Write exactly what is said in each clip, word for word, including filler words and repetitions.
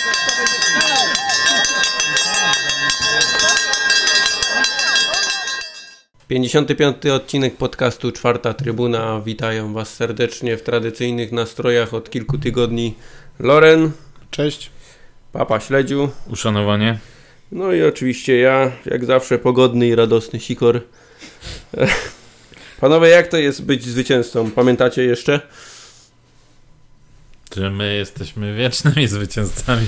pięćdziesiąty piąty odcinek podcastu Czwarta Trybuna. Witają Was serdecznie w tradycyjnych nastrojach od kilku tygodni Loren. Cześć. Papa Śledziu. Uszanowanie. No i oczywiście ja, jak zawsze pogodny i radosny Sikor. Panowie, jak to jest być zwycięzcą? Pamiętacie jeszcze? Że my jesteśmy wiecznymi zwycięzcami.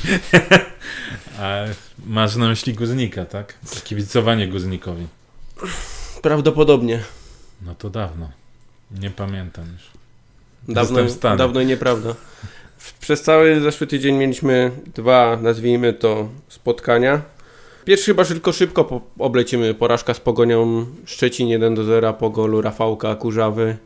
A masz na myśli Guznika, tak? Kibicowanie Guznikowi. Prawdopodobnie. No to dawno. Nie pamiętam już. Dawno, dawno i nieprawda. Przez cały zeszły tydzień mieliśmy dwa, nazwijmy to, spotkania. Pierwszy chyba tylko szybko po, oblecimy. Porażka z Pogonią Szczecin jeden do zera po golu Rafałka Kurzawy.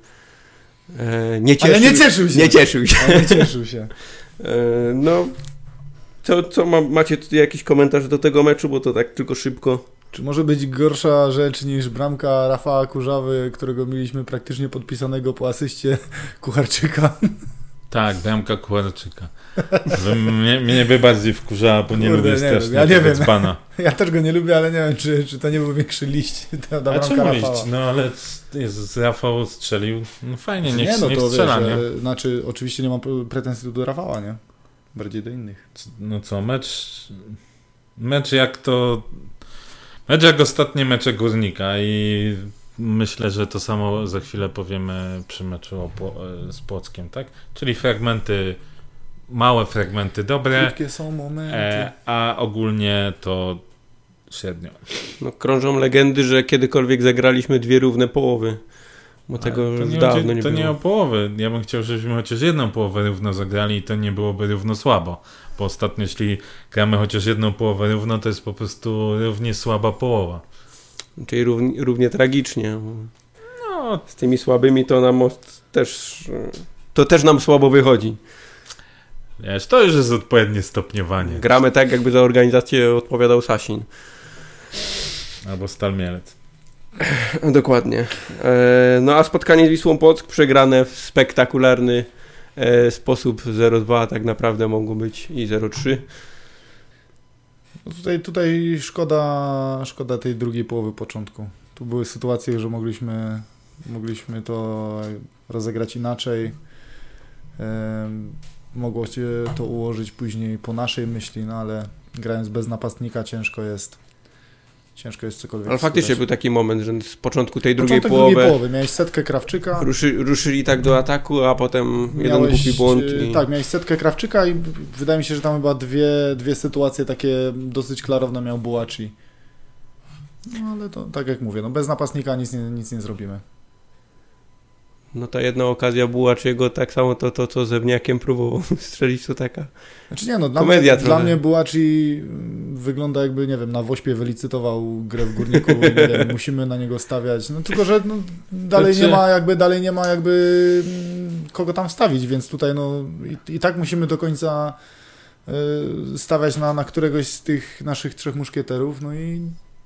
E, nie cieszył, Ale nie cieszył się. Nie cieszył się. Ale nie cieszył się. e, no, co, co ma, macie tutaj jakiś komentarz do tego meczu, bo to tak tylko szybko. Czy może być gorsza rzecz niż bramka Rafała Kurzawy, którego mieliśmy praktycznie podpisanego po asyście Kucharczyka? Tak, bramka Kucharczyka. mnie, mnie by bardziej wkurzała, bo Kurde, nie lubię strasznie ja nie wiem. Pana. Ja też go nie lubię, ale nie wiem, czy, czy to nie był większy liść ta, ta A bramka czemu Rafała. liść? No ale jest, Rafał strzelił. No fajnie, niech, nie, no niech to strzela, wiesz, nie? Znaczy, oczywiście nie mam pretensji do Rafała, nie? Bardziej do innych. No co, mecz... Mecz jak to... Mecz jak ostatnie mecze Górnika i myślę, że to samo za chwilę powiemy przy meczu o, z Płockiem, tak? Czyli fragmenty, małe fragmenty dobre, krótkie są momenty. E, a ogólnie to średnio. No, krążą legendy, że kiedykolwiek zagraliśmy dwie równe połowy. Bo tego to już nie, dawno to nie było. To nie o połowy. Ja bym chciał, żebyśmy chociaż jedną połowę równo zagrali i to nie byłoby równo słabo. Bo ostatnio, jeśli gramy chociaż jedną połowę równo, to jest po prostu równie słaba połowa. Czyli równie, równie tragicznie. No, z tymi słabymi to nam też to też nam słabo wychodzi. Wiesz, to już jest odpowiednie stopniowanie. Gramy tak, jakby za organizację odpowiadał Sasin. Albo Stal Mielec. Dokładnie. No a spotkanie z Wisłą Płock przegrane w spektakularny sposób zero dwa, tak naprawdę mogło być i zero trzy. No tutaj, tutaj szkoda, szkoda tej drugiej połowy początku. Tu były sytuacje, że mogliśmy, mogliśmy to rozegrać inaczej. Mogło się to ułożyć później po naszej myśli, no ale grając bez napastnika ciężko jest ciężko jest cokolwiek Ale faktycznie skutać. był taki moment, że z początku tej drugiej Początek połowy, drugiej połowy miałeś setkę Krawczyka. Ruszy, ruszyli tak do ataku, a potem jeden miałeś, głupi błąd. I... Tak, miałeś setkę Krawczyka i wydaje mi się, że tam chyba dwie, dwie sytuacje takie dosyć klarowne miał Bułaci. No ale to tak jak mówię, no bez napastnika nic nie, nic nie zrobimy. No ta jedna okazja Bułaciego, tak samo to, to co Zewniakiem próbował strzelić, to taka znaczy nie, no dla komedia mnie, dla mnie Bułaci wygląda jakby, nie wiem, na Wośpie wylicytował grę w Górniku i nie wiem, musimy na niego stawiać, no tylko, że no, dalej znaczy... nie ma jakby, dalej nie ma jakby kogo tam wstawić, więc tutaj no i, i tak musimy do końca y, stawiać na, na któregoś z tych naszych trzech muszkieterów, no i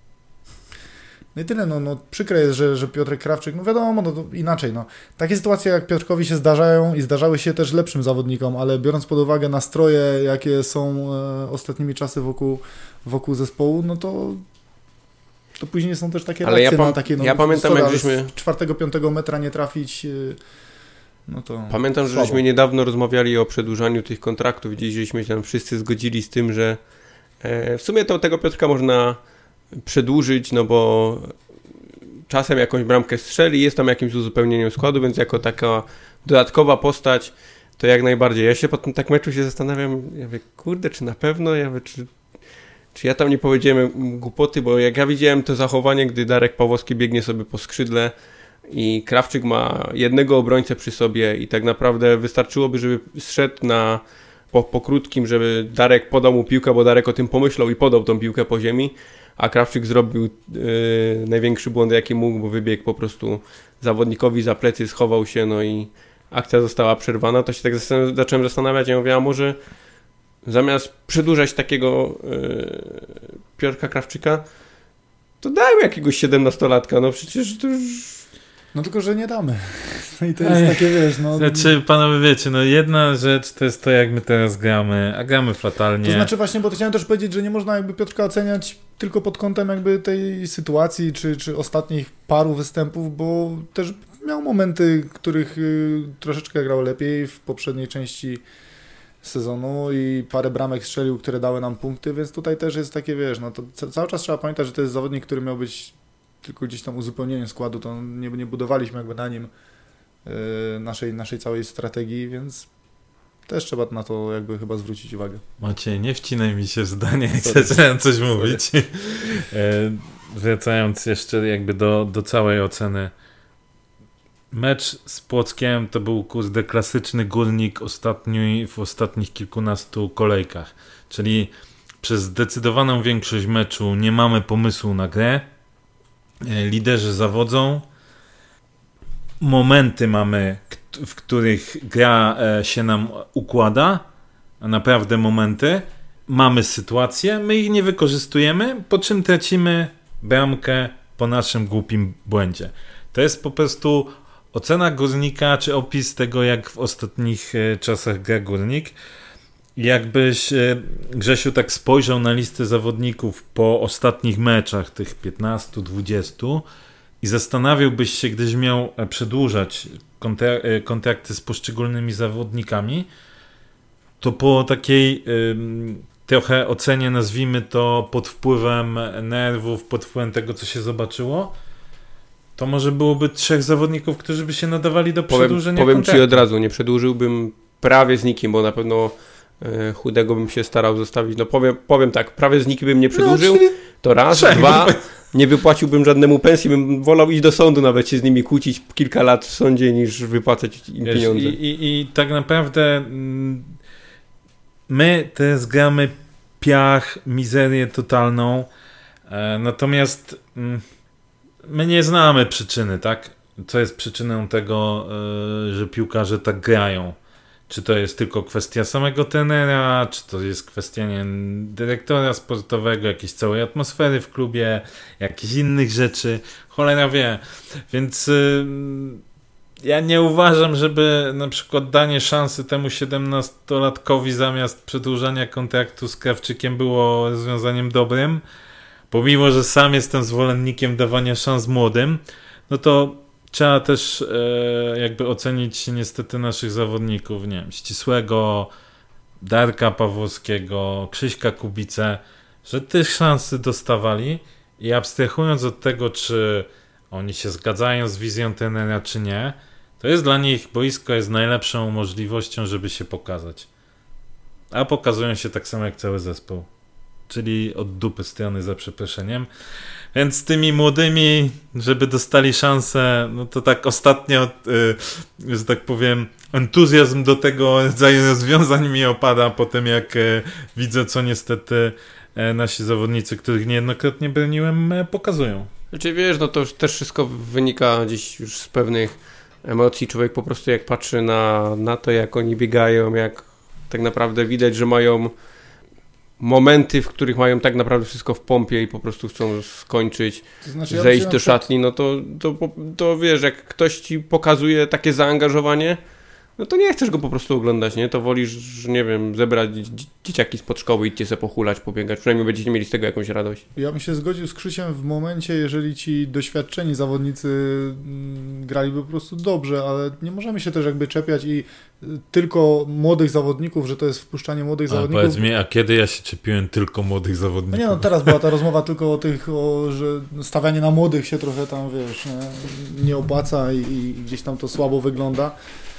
No i tyle, no, no przykre jest, że, że Piotrek Krawczyk, no wiadomo, no to inaczej, no. Takie sytuacje jak Piotrkowi się zdarzają i zdarzały się też lepszym zawodnikom, ale biorąc pod uwagę nastroje, jakie są e, ostatnimi czasy wokół, wokół zespołu, no to to później są też takie ale reakcje ja na takie, no, ja pamiętam, sorry, jak żeśmy... z czwartego, piątego metra nie trafić, y, no to Pamiętam, że słabo. żeśmy niedawno rozmawiali o przedłużaniu tych kontraktów i gdzieś żeśmy się tam wszyscy zgodzili z tym, że e, w sumie to tego Piotrka można przedłużyć, no bo czasem jakąś bramkę strzeli, jest tam jakimś uzupełnieniem składu, więc jako taka dodatkowa postać to jak najbardziej. Ja się po tym tak meczu się zastanawiam, ja mówię, kurde, czy na pewno, ja mówię, czy, czy ja tam nie powiedziałem głupoty, bo jak ja widziałem to zachowanie, gdy Darek Pawłowski biegnie sobie po skrzydle i Krawczyk ma jednego obrońcę przy sobie i tak naprawdę wystarczyłoby, żeby zszedł na po, po krótkim, żeby Darek podał mu piłkę, bo Darek o tym pomyślał i podał tą piłkę po ziemi, a Krawczyk zrobił yy, największy błąd, jaki mógł, bo wybiegł po prostu zawodnikowi za plecy, schował się, no i akcja została przerwana. To się tak zastan- zacząłem zastanawiać, ja mówię, a może zamiast przedłużać takiego yy, Piotrka Krawczyka, to dajmy jakiegoś siedemnastolatka, no przecież to już... No tylko, że nie damy. No i to jest Ej, takie, wiesz, no... Znaczy, panowie wiecie, no jedna rzecz to jest to, jak my teraz gramy, a gramy fatalnie. To znaczy właśnie, bo to chciałem też powiedzieć, że nie można jakby Piotrka oceniać tylko pod kątem jakby tej sytuacji, czy, czy ostatnich paru występów, bo też miał momenty, których y, troszeczkę grał lepiej w poprzedniej części sezonu i parę bramek strzelił, które dały nam punkty, więc tutaj też jest takie, wiesz, no to ca- cały czas trzeba pamiętać, że to jest zawodnik, który miał być tylko gdzieś tam uzupełnieniem składu, to nie, nie budowaliśmy jakby na nim yy, naszej, naszej całej strategii, więc też trzeba na to jakby chyba zwrócić uwagę. Maciej, nie wcinaj mi się w zdanie, jak zacząłem coś mówić. e, wracając jeszcze jakby do, do całej oceny. Mecz z Płockiem to był kurde klasyczny Górnik ostatni, w ostatnich kilkunastu kolejkach. Czyli przez zdecydowaną większość meczu nie mamy pomysłu na grę. Liderzy zawodzą. Momenty mamy, w których gra się nam układa. A naprawdę momenty. Mamy sytuacje, my ich nie wykorzystujemy, po czym tracimy bramkę po naszym głupim błędzie. To jest po prostu ocena Górnika, czy opis tego, jak w ostatnich czasach gra Górnik. Jakbyś, Grzesiu, tak spojrzał na listę zawodników po ostatnich meczach, tych piętnastu dwudziestu i zastanawiałbyś się, gdyś miał przedłużać kontrak- kontrakty z poszczególnymi zawodnikami, to po takiej y, trochę ocenie, nazwijmy to pod wpływem nerwów, pod wpływem tego, co się zobaczyło, to może byłoby trzech zawodników, którzy by się nadawali do przedłużenia Powiem, powiem kontraktu. Ci od razu, nie przedłużyłbym prawie z nikim, bo na pewno e, Chudego bym się starał zostawić. No powiem, powiem tak, prawie z nikim bym nie przedłużył, no, to raz, trzech, dwa, nie wypłaciłbym żadnemu pensji, bym wolał iść do sądu, nawet się z nimi kłócić kilka lat w sądzie, niż wypłacać im Wiesz, pieniądze. I, i, I tak naprawdę my teraz gramy piach, mizerię totalną, e, natomiast mm, my nie znamy przyczyny, tak? Co jest przyczyną tego, e, że piłkarze tak grają? Czy to jest tylko kwestia samego trenera, czy to jest kwestia nie, dyrektora sportowego, jakiejś całej atmosfery w klubie, jakichś innych rzeczy? Cholera wie. Więc y, ja nie uważam, żeby na przykład danie szansy temu siedemnastolatkowi zamiast przedłużania kontraktu z Krawczykiem było rozwiązaniem dobrym. Pomimo, że sam jestem zwolennikiem dawania szans młodym, no to trzeba też e, jakby ocenić niestety naszych zawodników, nie wiem, Ścisłego, Darka Pawłowskiego, Krzyśka Kubicę, że tych szansy dostawali i abstrahując od tego, czy oni się zgadzają z wizją trenera, czy nie, to jest dla nich boisko jest najlepszą możliwością, żeby się pokazać. A pokazują się tak samo jak cały zespół. Czyli od dupy strony, za przeproszeniem. Więc z tymi młodymi, żeby dostali szansę, no to tak ostatnio, yy, że tak powiem, entuzjazm do tego rodzaju rozwiązań mi opada po tym, jak yy, widzę, co niestety yy, nasi zawodnicy, których niejednokrotnie broniłem, yy, pokazują. Znaczy wiesz, no to już też wszystko wynika gdzieś już z pewnych emocji. Człowiek po prostu jak patrzy na, na to, jak oni biegają, jak tak naprawdę widać, że mają momenty, w których mają tak naprawdę wszystko w pompie i po prostu chcą skończyć, to znaczy, zejść ja do szatni, no to, to, to wiesz, jak ktoś ci pokazuje takie zaangażowanie, no to nie chcesz go po prostu oglądać, nie? To wolisz, nie wiem, zebrać dzieciaki spod szkoły, idźcie se pochulać, pobiegać, przynajmniej będziecie mieli z tego jakąś radość. Ja bym się zgodził z Krzysiem w momencie, jeżeli ci doświadczeni zawodnicy graliby po prostu dobrze, ale nie możemy się też jakby czepiać i tylko młodych zawodników, że to jest wpuszczanie młodych a zawodników. Powiedz mi, a kiedy ja się czepiłem tylko młodych zawodników? No nie, no teraz była ta rozmowa tylko o tych, o, że stawianie na młodych się trochę tam, wiesz, nie, nie opłaca i, i gdzieś tam to słabo wygląda.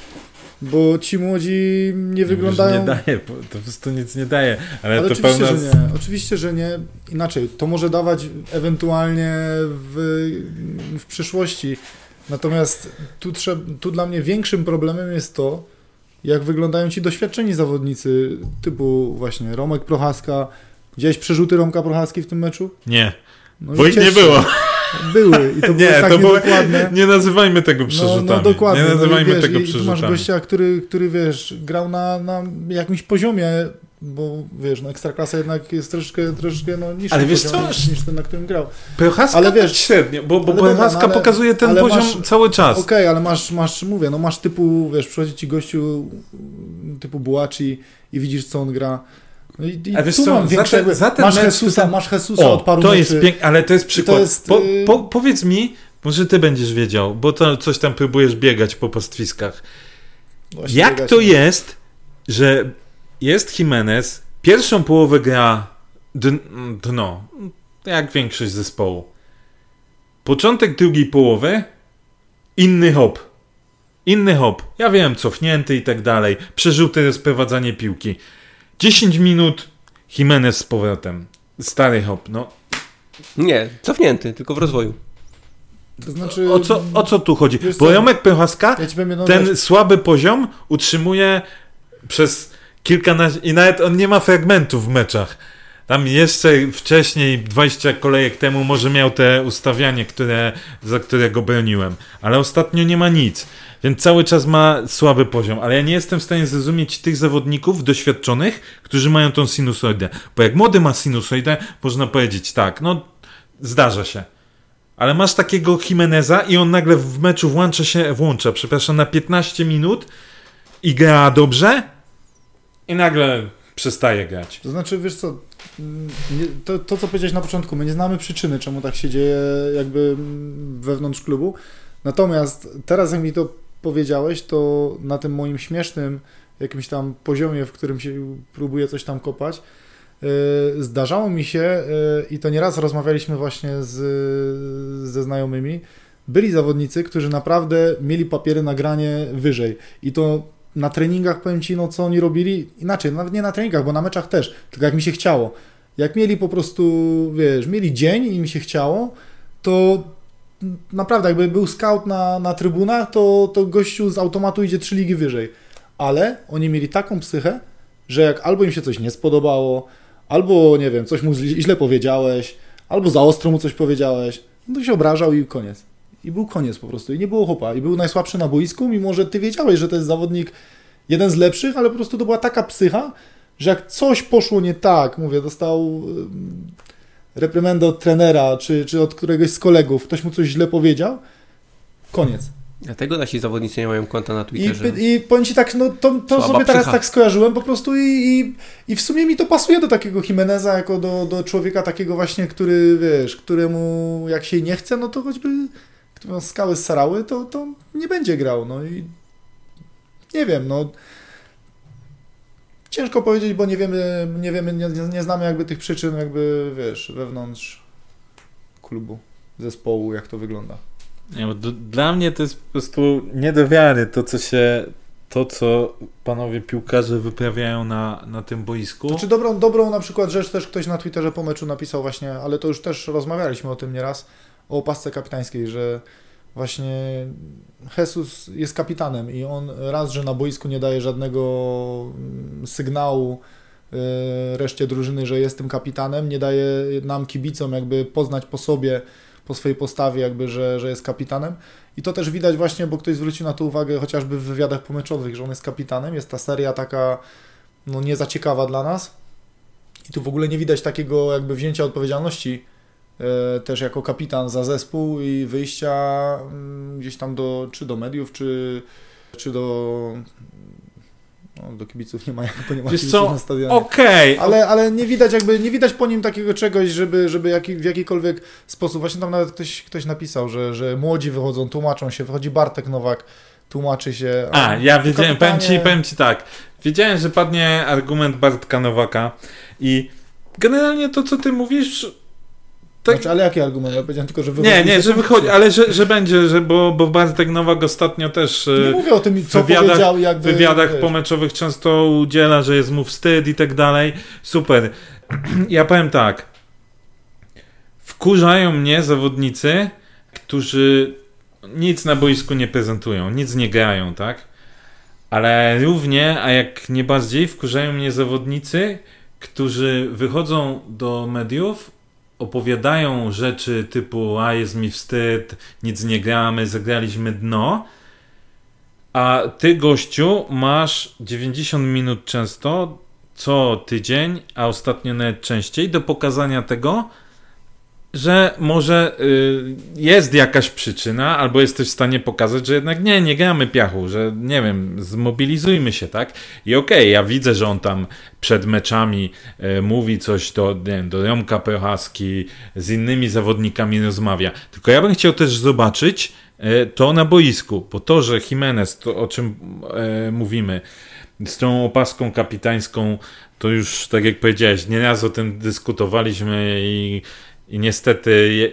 Bo ci młodzi nie wyglądają... Nie daje, to po prostu nic nie daje. Ale, ale to oczywiście, pełna... że nie. Oczywiście, że nie. Inaczej, to może dawać ewentualnie w, w przyszłości. Natomiast tu, trzeba, tu dla mnie większym problemem jest to, jak wyglądają ci doświadczeni zawodnicy typu właśnie Romek Prochaska. Widziałeś przerzuty Romka Prochaski w tym meczu? Nie, no bo ich nie było. Były i to było nie, tak to niedokładne. Nie nazywajmy tego przerzutami. No, no dokładnie. Nie nazywajmy no, wiesz, tego i, przerzutami. I tu masz gościa, który, który wiesz, grał na, na jakimś poziomie bo wiesz, no Ekstraklasa jednak jest troszkę, troszkę no, niższy ale wiesz poziom co? niż, niż ten, na którym grał. Prochaska ale wiesz, tak średnio, bo, bo ale Prochaska dobra, no, pokazuje ten poziom masz, cały czas. Okej, okay, ale masz, masz, mówię, no masz typu, wiesz, przychodzi ci gościu typu Bułaci i widzisz, co on gra. No i, i a wiesz tu co, mam większe, za ten, za ten masz mecz Jesusa, ten... masz Jesusa o, od paru to meczy. jest piękne, ale to jest przykład. To jest, po, po, powiedz mi, może ty będziesz wiedział, bo to coś tam próbujesz biegać po pastwiskach. Właśnie Jak biegać, to no. jest, że jest Jimenez, pierwszą połowę gra dno, jak większość zespołu. Początek drugiej połowy, inny hop. Inny hop. Ja wiem, cofnięty i tak dalej. Przerzute rozprowadzanie piłki. dziesięć minut, Jimenez z powrotem. Stary hop, no. Nie, cofnięty, tylko w rozwoju. To znaczy... O co, o co tu chodzi? Wiesz Bo co, Romek Prochaska ja ci powiem jedną ten rzecz. słaby poziom utrzymuje przez kilkanaście... I nawet on nie ma fragmentów w meczach. Tam jeszcze wcześniej, dwadzieścia kolejek temu, może miał te ustawianie, które, za którego broniłem. Ale ostatnio nie ma nic. Więc cały czas ma słaby poziom. Ale ja nie jestem w stanie zrozumieć tych zawodników doświadczonych, którzy mają tą sinusoidę. Bo jak młody ma sinusoidę, można powiedzieć tak, no zdarza się. Ale masz takiego Jimeneza i on nagle w meczu włącza się, włącza, przepraszam, na piętnaście minut i gra dobrze i nagle przestaje grać. To znaczy, wiesz co, nie, to, to co powiedziałeś na początku, my nie znamy przyczyny, czemu tak się dzieje jakby wewnątrz klubu. Natomiast teraz jak mi to powiedziałeś, to na tym moim śmiesznym jakimś tam poziomie, w którym się próbuję coś tam kopać, yy, zdarzało mi się yy, i to nieraz rozmawialiśmy właśnie z, ze znajomymi, byli zawodnicy, którzy naprawdę mieli papiery na granie wyżej i to na treningach, powiem Ci, no co oni robili, inaczej, nawet nie na treningach, bo na meczach też, tylko jak mi się chciało. Jak mieli po prostu, wiesz, mieli dzień i im się chciało, to naprawdę jakby był scout na, na trybunach, to, to gościu z automatu idzie trzy ligi wyżej. Ale oni mieli taką psychę, że jak albo im się coś nie spodobało, albo, nie wiem, coś mu źle powiedziałeś, albo za ostro mu coś powiedziałeś, no to się obrażał i koniec. I był koniec po prostu. I nie było chłopa. I był najsłabszy na boisku, mimo że ty wiedziałeś, że to jest zawodnik jeden z lepszych, ale po prostu to była taka psycha, że jak coś poszło nie tak, mówię, dostał reprymendę od trenera, czy, czy od któregoś z kolegów, ktoś mu coś źle powiedział, koniec. Dlatego nasi zawodnicy nie mają konta na Twitterze. I, i powiem Ci tak, no to, to sobie psycha. teraz tak skojarzyłem po prostu i, i, i w sumie mi to pasuje do takiego Jimeneza, jako do, do człowieka takiego właśnie, który, wiesz, któremu jak się nie chce, no to choćby skały z Sarały, to, to nie będzie grał, no i nie wiem, no ciężko powiedzieć, bo nie wiemy, nie wiemy, nie, nie znamy jakby tych przyczyn, jakby, wiesz, wewnątrz klubu, zespołu, jak to wygląda. Nie, bo d- dla mnie to jest po prostu nie do wiary to, co się, to, co panowie piłkarze wyprawiają na, na tym boisku. Znaczy dobrą, dobrą na przykład rzecz też ktoś na Twitterze po meczu napisał właśnie, ale to już też rozmawialiśmy o tym nieraz, o opasce kapitańskiej, że właśnie Jesus jest kapitanem i on raz, że na boisku nie daje żadnego sygnału reszcie drużyny, że jest tym kapitanem, nie daje nam kibicom jakby poznać po sobie, po swojej postawie jakby, że, że jest kapitanem i to też widać właśnie, bo ktoś zwrócił na to uwagę chociażby w wywiadach pomeczowych, że on jest kapitanem, jest ta seria taka no nie za ciekawa dla nas i tu w ogóle nie widać takiego jakby wzięcia odpowiedzialności też jako kapitan za zespół i wyjścia gdzieś tam do, czy do mediów, czy, czy do no, do kibiców nie ma, bo nie ma Wiesz kibiców co? na stadionie. Okej. Okay. Ale, ale nie widać jakby, nie widać po nim takiego czegoś, żeby, żeby jaki, w jakikolwiek sposób, właśnie tam nawet ktoś, ktoś napisał, że, że młodzi wychodzą, tłumaczą się, wychodzi Bartek Nowak, tłumaczy się. A, a ja wiedziałem, kapitanie... powiem ci, powiem ci tak, wiedziałem, że padnie argument Bartka Nowaka i generalnie to, co ty mówisz. Tak... Znaczy, ale jaki argument? Ja powiedziałem tylko, że wychodzi. Nie, nie, że wychodzi, ale że, że będzie, że bo, bo Bartek Nowak ostatnio też nie mówię o tym, co wywiadach, powiedział, jakby, w wywiadach wiesz. pomeczowych często udziela, że jest mu wstyd i tak dalej. Super. Ja powiem tak. Wkurzają mnie zawodnicy, którzy nic na boisku nie prezentują, nic nie grają, tak? Ale równie, a jak nie bardziej, wkurzają mnie zawodnicy, którzy wychodzą do mediów, opowiadają rzeczy typu a jest mi wstyd, nic nie gramy, zagraliśmy dno, a ty, gościu, masz dziewięćdziesiąt minut często co tydzień, a ostatnio nawet częściej, do pokazania tego, że może y, jest jakaś przyczyna, albo jesteś w stanie pokazać, że jednak nie, nie gramy piachu, że nie wiem, zmobilizujmy się, tak? I okej, okay, ja widzę, że on tam przed meczami y, mówi coś do, nie wiem, do Romka Prochaski, z innymi zawodnikami rozmawia. Tylko ja bym chciał też zobaczyć y, to na boisku, bo to, że Jimenez, to o czym y, mówimy, z tą opaską kapitańską, to już, tak jak powiedziałeś, nieraz o tym dyskutowaliśmy i I niestety je...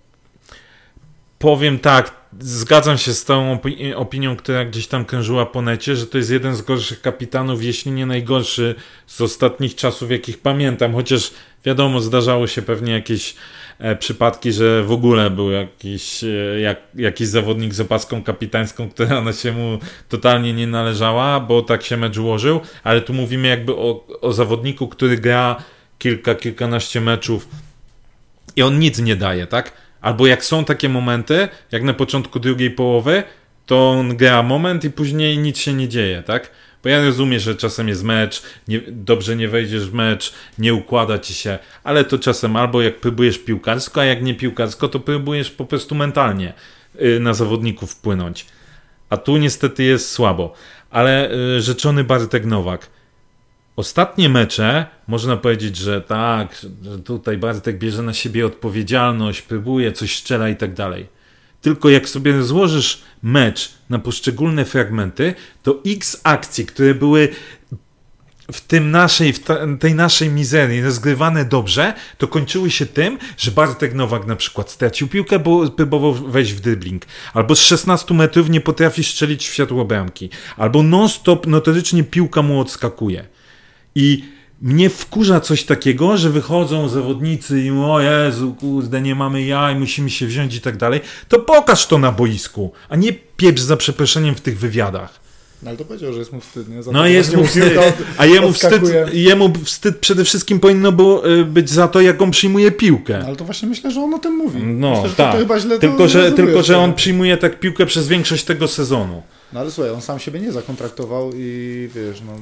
powiem tak, zgadzam się z tą opi- opinią, która gdzieś tam krążyła po necie, że to jest jeden z gorszych kapitanów, jeśli nie najgorszy z ostatnich czasów, jakich pamiętam, chociaż wiadomo, zdarzało się pewnie jakieś e, przypadki, że w ogóle był jakiś, e, jak, jakiś zawodnik z opaską kapitańską, która ona się mu totalnie nie należała, bo tak się mecz ułożył, ale tu mówimy jakby o, o zawodniku, który gra kilka, kilkanaście meczów i on nic nie daje, tak? Albo jak są takie momenty, jak na początku drugiej połowy, to on gra moment i później nic się nie dzieje, tak? Bo ja rozumiem, że czasem jest mecz, nie, dobrze nie wejdziesz w mecz, nie układa ci się, ale to czasem albo jak próbujesz piłkarsko, a jak nie piłkarsko, to próbujesz po prostu mentalnie yy, na zawodników wpłynąć. A tu niestety jest słabo. Ale yy, rzeczony Bartek Nowak. Ostatnie mecze, można powiedzieć, że tak, że tutaj Bartek bierze na siebie odpowiedzialność, próbuje, coś strzela i tak dalej. Tylko jak sobie złożysz mecz na poszczególne fragmenty, to x akcji, które były w tym naszej, w tej naszej mizerii rozgrywane dobrze, to kończyły się tym, że Bartek Nowak na przykład stracił piłkę, bo próbował wejść w dribbling. Albo z szesnastu metrów nie potrafi strzelić w światło bramki. Albo non-stop notorycznie piłka mu odskakuje. I mnie wkurza coś takiego, że wychodzą zawodnicy i o Jezu, kurde, nie mamy jaj, musimy się wziąć i tak dalej. To pokaż to na boisku, a nie pieprz za przeproszeniem w tych wywiadach. No ale to powiedział, że jest mu wstyd, nie? Za no to, jest mu wstyd, a jemu wstyd, jemu wstyd przede wszystkim powinno było być za to, jak on przyjmuje piłkę. No, ale to właśnie myślę, że on o tym mówi. No myślę, że tak, to chyba źle tylko, to że, tylko że on tak. przyjmuje tak piłkę przez większość tego sezonu. No ale słuchaj, on sam siebie nie zakontraktował i wiesz, no...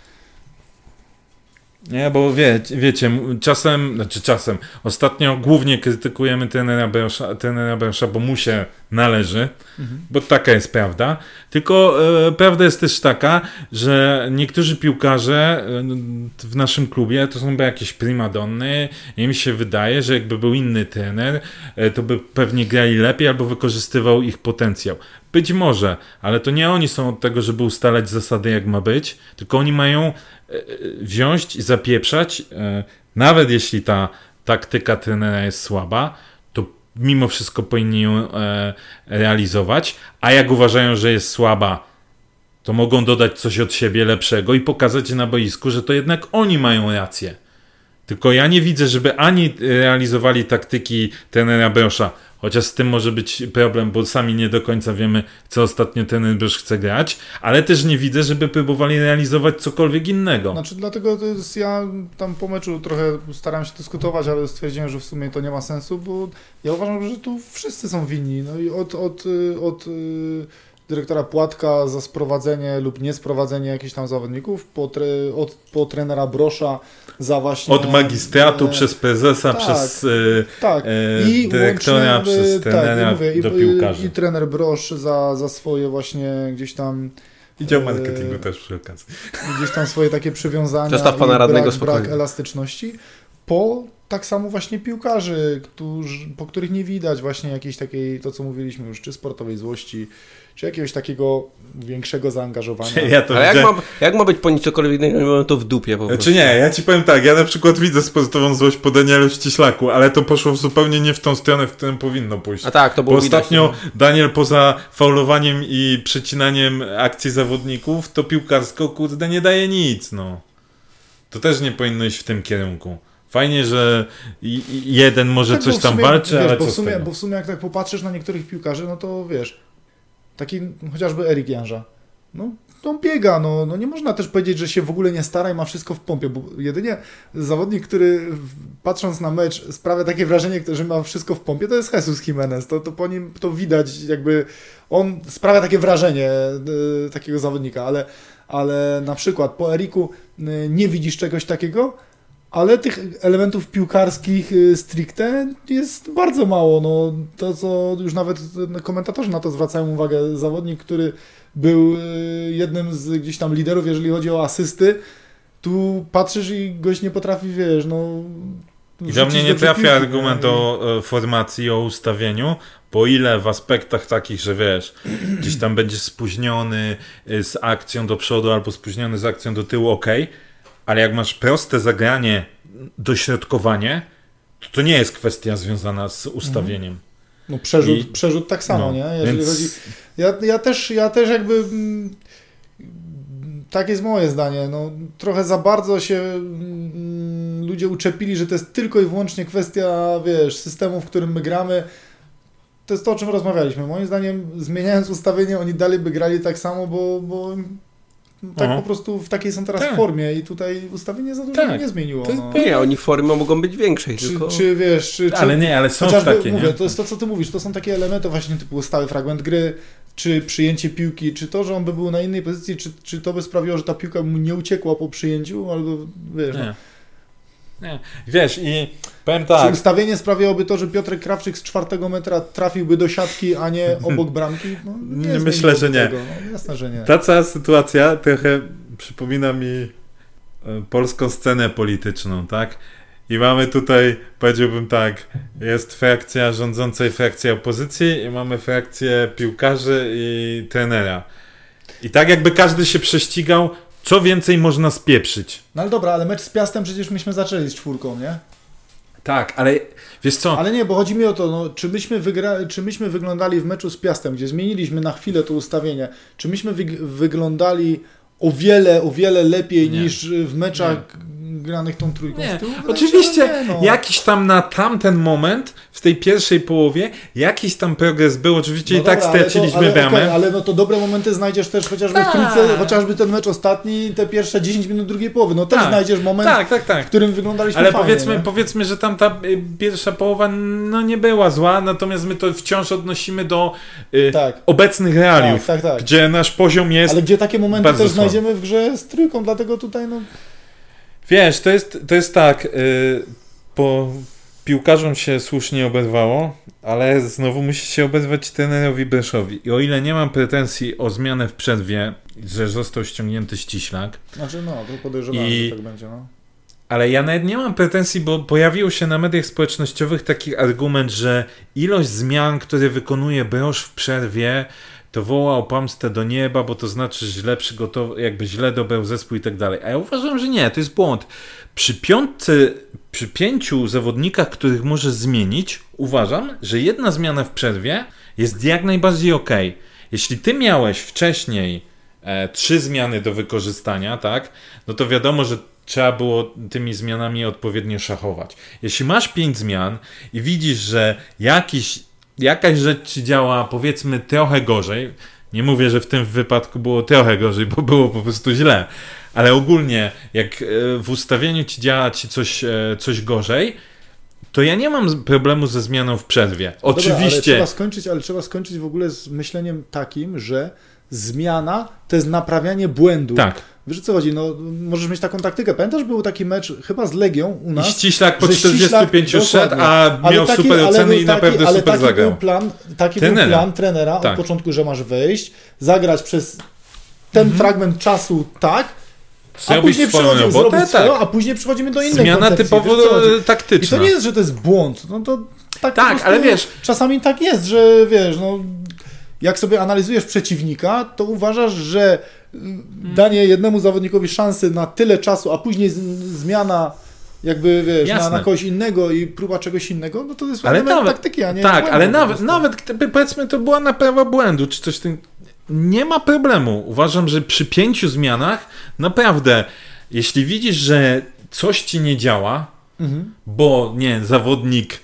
Nie, bo wie, wiecie, czasem, znaczy czasem, ostatnio głównie krytykujemy trenera Bersza, trenera Bersza, bo mu się należy, mhm. bo taka jest prawda. Tylko e, prawda jest też taka, że niektórzy piłkarze e, w naszym klubie to są chyba jakieś primadonny, im się wydaje, że jakby był inny trener, e, to by pewnie grali lepiej albo wykorzystywał ich potencjał. Być może, ale to nie oni są od tego, żeby ustalać zasady, jak ma być, tylko oni mają wziąć i zapieprzać, nawet jeśli ta taktyka trenera jest słaba, to mimo wszystko powinni ją realizować, a jak uważają, że jest słaba, to mogą dodać coś od siebie lepszego i pokazać na boisku, że to jednak oni mają rację. Tylko ja nie widzę, żeby ani realizowali taktyki trenera Bersza, chociaż z tym może być problem, bo sami nie do końca wiemy, co ostatnio ten Bersz chce grać, ale też nie widzę, żeby próbowali realizować cokolwiek innego. Znaczy dlatego to jest, ja tam po meczu trochę starałem się dyskutować, ale stwierdziłem, że w sumie to nie ma sensu, bo ja uważam, że tu wszyscy są winni. No i od, od, od dyrektora Płatka za sprowadzenie lub niesprowadzenie jakichś tam zawodników, po, tre, od, po trenera Brosza za właśnie... Od magistratu e, przez prezesa, tak, przez e, tak. E, I dyrektora, łącznie, przez trenera tak, mówię, do i, piłkarzy. I trener Brosz za, za swoje właśnie gdzieś tam... I dział marketingu e, też przy okazji. Gdzieś tam swoje takie przywiązania Zostaw pana radnego brak, brak elastyczności. Po tak samo właśnie piłkarzy, którzy, po których nie widać właśnie jakiejś takiej, to co mówiliśmy już, czy sportowej złości, czy jakiegoś takiego większego zaangażowania. Ja to Ale jak ma, jak ma być po nic cokolwiek innego, to w dupie po prostu. Czy nie, ja ci powiem tak, ja na przykład widzę sportową złość po Danielu Ściślaku, ale to poszło zupełnie nie w tą stronę, w którą powinno pójść. A tak, to było Bo widać, ostatnio no. Daniel poza faulowaniem i przecinaniem akcji zawodników, to piłkarsko, kurde, nie daje nic, no. To też nie powinno iść w tym kierunku. Fajnie, że jeden może tak, coś tam sumie, walczy, wiesz, ale bo co w sumie, z tego? Bo w sumie jak tak popatrzysz na niektórych piłkarzy, no to wiesz, taki chociażby Erik Janża, no to on biega, no, no nie można też powiedzieć, że się w ogóle nie stara i ma wszystko w pompie, bo jedynie zawodnik, który patrząc na mecz sprawia takie wrażenie, że ma wszystko w pompie, to jest Jesus Jimenez, to, to po nim to widać, jakby on sprawia takie wrażenie y, takiego zawodnika, ale ale na przykład po Eriku nie widzisz czegoś takiego, ale tych elementów piłkarskich stricte jest bardzo mało. No, to, co już nawet komentatorzy na to zwracają uwagę, zawodnik, który był jednym z gdzieś tam liderów, jeżeli chodzi o asysty, tu patrzysz i gość nie potrafi, wiesz, no... I do mnie nie trafia argument o formacji, o ustawieniu, po ile w aspektach takich, że wiesz, gdzieś tam będziesz spóźniony z akcją do przodu albo spóźniony z akcją do tyłu, okej, okay, ale jak masz proste zagranie, dośrodkowanie, to to nie jest kwestia związana z ustawieniem. No przerzut, I, przerzut tak samo, no, nie? Jeżeli więc... chodzi... Ja, ja, też, ja też jakby... Tak jest moje zdanie. No, trochę za bardzo się mm, ludzie uczepili, że to jest tylko i wyłącznie kwestia, wiesz, systemu, w którym my gramy. To jest to, o czym rozmawialiśmy. Moim zdaniem, zmieniając ustawienie, oni dalej by grali tak samo, bo, bo tak Aha. po prostu w takiej są teraz tak. formie i tutaj ustawienie za dużo tak. nie zmieniło. No. Nie, oni formy mogą być większej. Czy, tylko... czy wiesz... Czy, ale czy, nie, ale są takie, mówię, nie? To jest to, co ty mówisz. To są takie elementy właśnie typu stały fragment gry, czy przyjęcie piłki, czy to, że on by był na innej pozycji, czy, czy to by sprawiło, że ta piłka mu nie uciekła po przyjęciu, albo wiesz... Nie. No. Nie. Wiesz, i powiem tak... Czy ustawienie sprawiałoby to, że Piotrek Krawczyk z czwartego metra trafiłby do siatki, a nie obok bramki? No, nie Myślę, że nie. Tego. No, jasne, że nie. Ta cała sytuacja trochę przypomina mi polską scenę polityczną, tak? I mamy tutaj, powiedziałbym tak, jest frakcja rządzącej, frakcja opozycji i mamy frakcję piłkarzy i trenera. I tak jakby każdy się prześcigał, co więcej można spieprzyć. No ale dobra, ale mecz z Piastem przecież myśmy zaczęli z czwórką, nie? Tak, ale wiesz co? Ale nie, bo chodzi mi o to, no, czy, myśmy wygra... czy myśmy wyglądali w meczu z Piastem, gdzie zmieniliśmy na chwilę to ustawienie, czy myśmy wyg... wyglądali o wiele, o wiele lepiej nie. niż w meczach nie. granych tą trójką nie. z tyłu? Oczywiście nie, no. jakiś tam na tamten moment, w tej pierwszej połowie, jakiś tam progres był, oczywiście no i dobra, tak straciliśmy bramę. Okay, ale no to dobre momenty znajdziesz też chociażby tak. w trójce, chociażby ten mecz ostatni, te pierwsze dziesięć minut drugiej połowy, no też tak. znajdziesz moment, tak, tak, tak. w którym wyglądaliśmy ale fajnie. powiedzmy, powiedzmy, że tam ta pierwsza połowa no nie była zła, natomiast my to wciąż odnosimy do y, tak. obecnych realiów, tak, tak, tak. gdzie nasz poziom jest ale gdzie takie momenty też słaby. znajdziemy w grze z trójką, dlatego tutaj no... Wiesz, to jest, to jest tak, yy, po piłkarzom się słusznie oberwało, ale znowu musi się oberwać trenerowi Breszowi. I o ile nie mam pretensji o zmianę w przerwie, że został ściągnięty Ściślak. Znaczy no, to podejrzewam, I... że tak będzie, no. Ale ja nawet nie mam pretensji, bo pojawił się na mediach społecznościowych taki argument, że ilość zmian, które wykonuje Brosz w przerwie, to woła o pomstę do nieba, bo to znaczy źle przygotował, jakby źle dobrał zespół i tak dalej. A ja uważam, że nie, to jest błąd. Przy piątce, przy pięciu zawodnikach, których możesz zmienić, uważam, że jedna zmiana w przerwie jest jak najbardziej okej. Okay. Jeśli ty miałeś wcześniej e, trzy zmiany do wykorzystania, tak, no to wiadomo, że trzeba było tymi zmianami odpowiednio szachować. Jeśli masz pięć zmian i widzisz, że jakiś jakaś rzecz ci działa, powiedzmy, trochę gorzej. Nie mówię, że w tym wypadku było trochę gorzej, bo było po prostu źle. Ale ogólnie, jak w ustawieniu ci działa ci coś, coś gorzej, to ja nie mam problemu ze zmianą w przerwie. No oczywiście. Dobra, ale trzeba skończyć, ale trzeba skończyć w ogóle z myśleniem takim, że zmiana to jest naprawianie błędu. Tak. Wiesz, co chodzi? No, możesz mieć taką taktykę. Pamiętasz, był taki mecz chyba z Legią u nas. I Ściślak po czterdziestu pięciu szedł, a ale miał taki, super oceny i taki, naprawdę ale super taki zagrał. Był plan, taki trenera. był plan trenera tak. od początku, że masz wejść, zagrać przez ten mhm. fragment czasu tak, a później, przychodzi, robotę, tak. a później przechodzimy do innej Zmiana koncepcji. typowo wiesz, taktyczna. I to nie jest, że to jest błąd. No to tak, tak ale wiesz... Czasami tak jest, że wiesz, no... Jak sobie analizujesz przeciwnika, to uważasz, że danie jednemu zawodnikowi szansy na tyle czasu, a później z, zmiana jakby, wiesz, na, na kogoś innego i próba czegoś innego, no to jest ale nawet, taktyki, a nie tak, błędu, ale nawet, nawet gdyby, powiedzmy, to była naprawa błędu, czy coś tym, nie ma problemu. Uważam, że przy pięciu zmianach naprawdę, jeśli widzisz, że coś ci nie działa, mhm. bo nie, zawodnik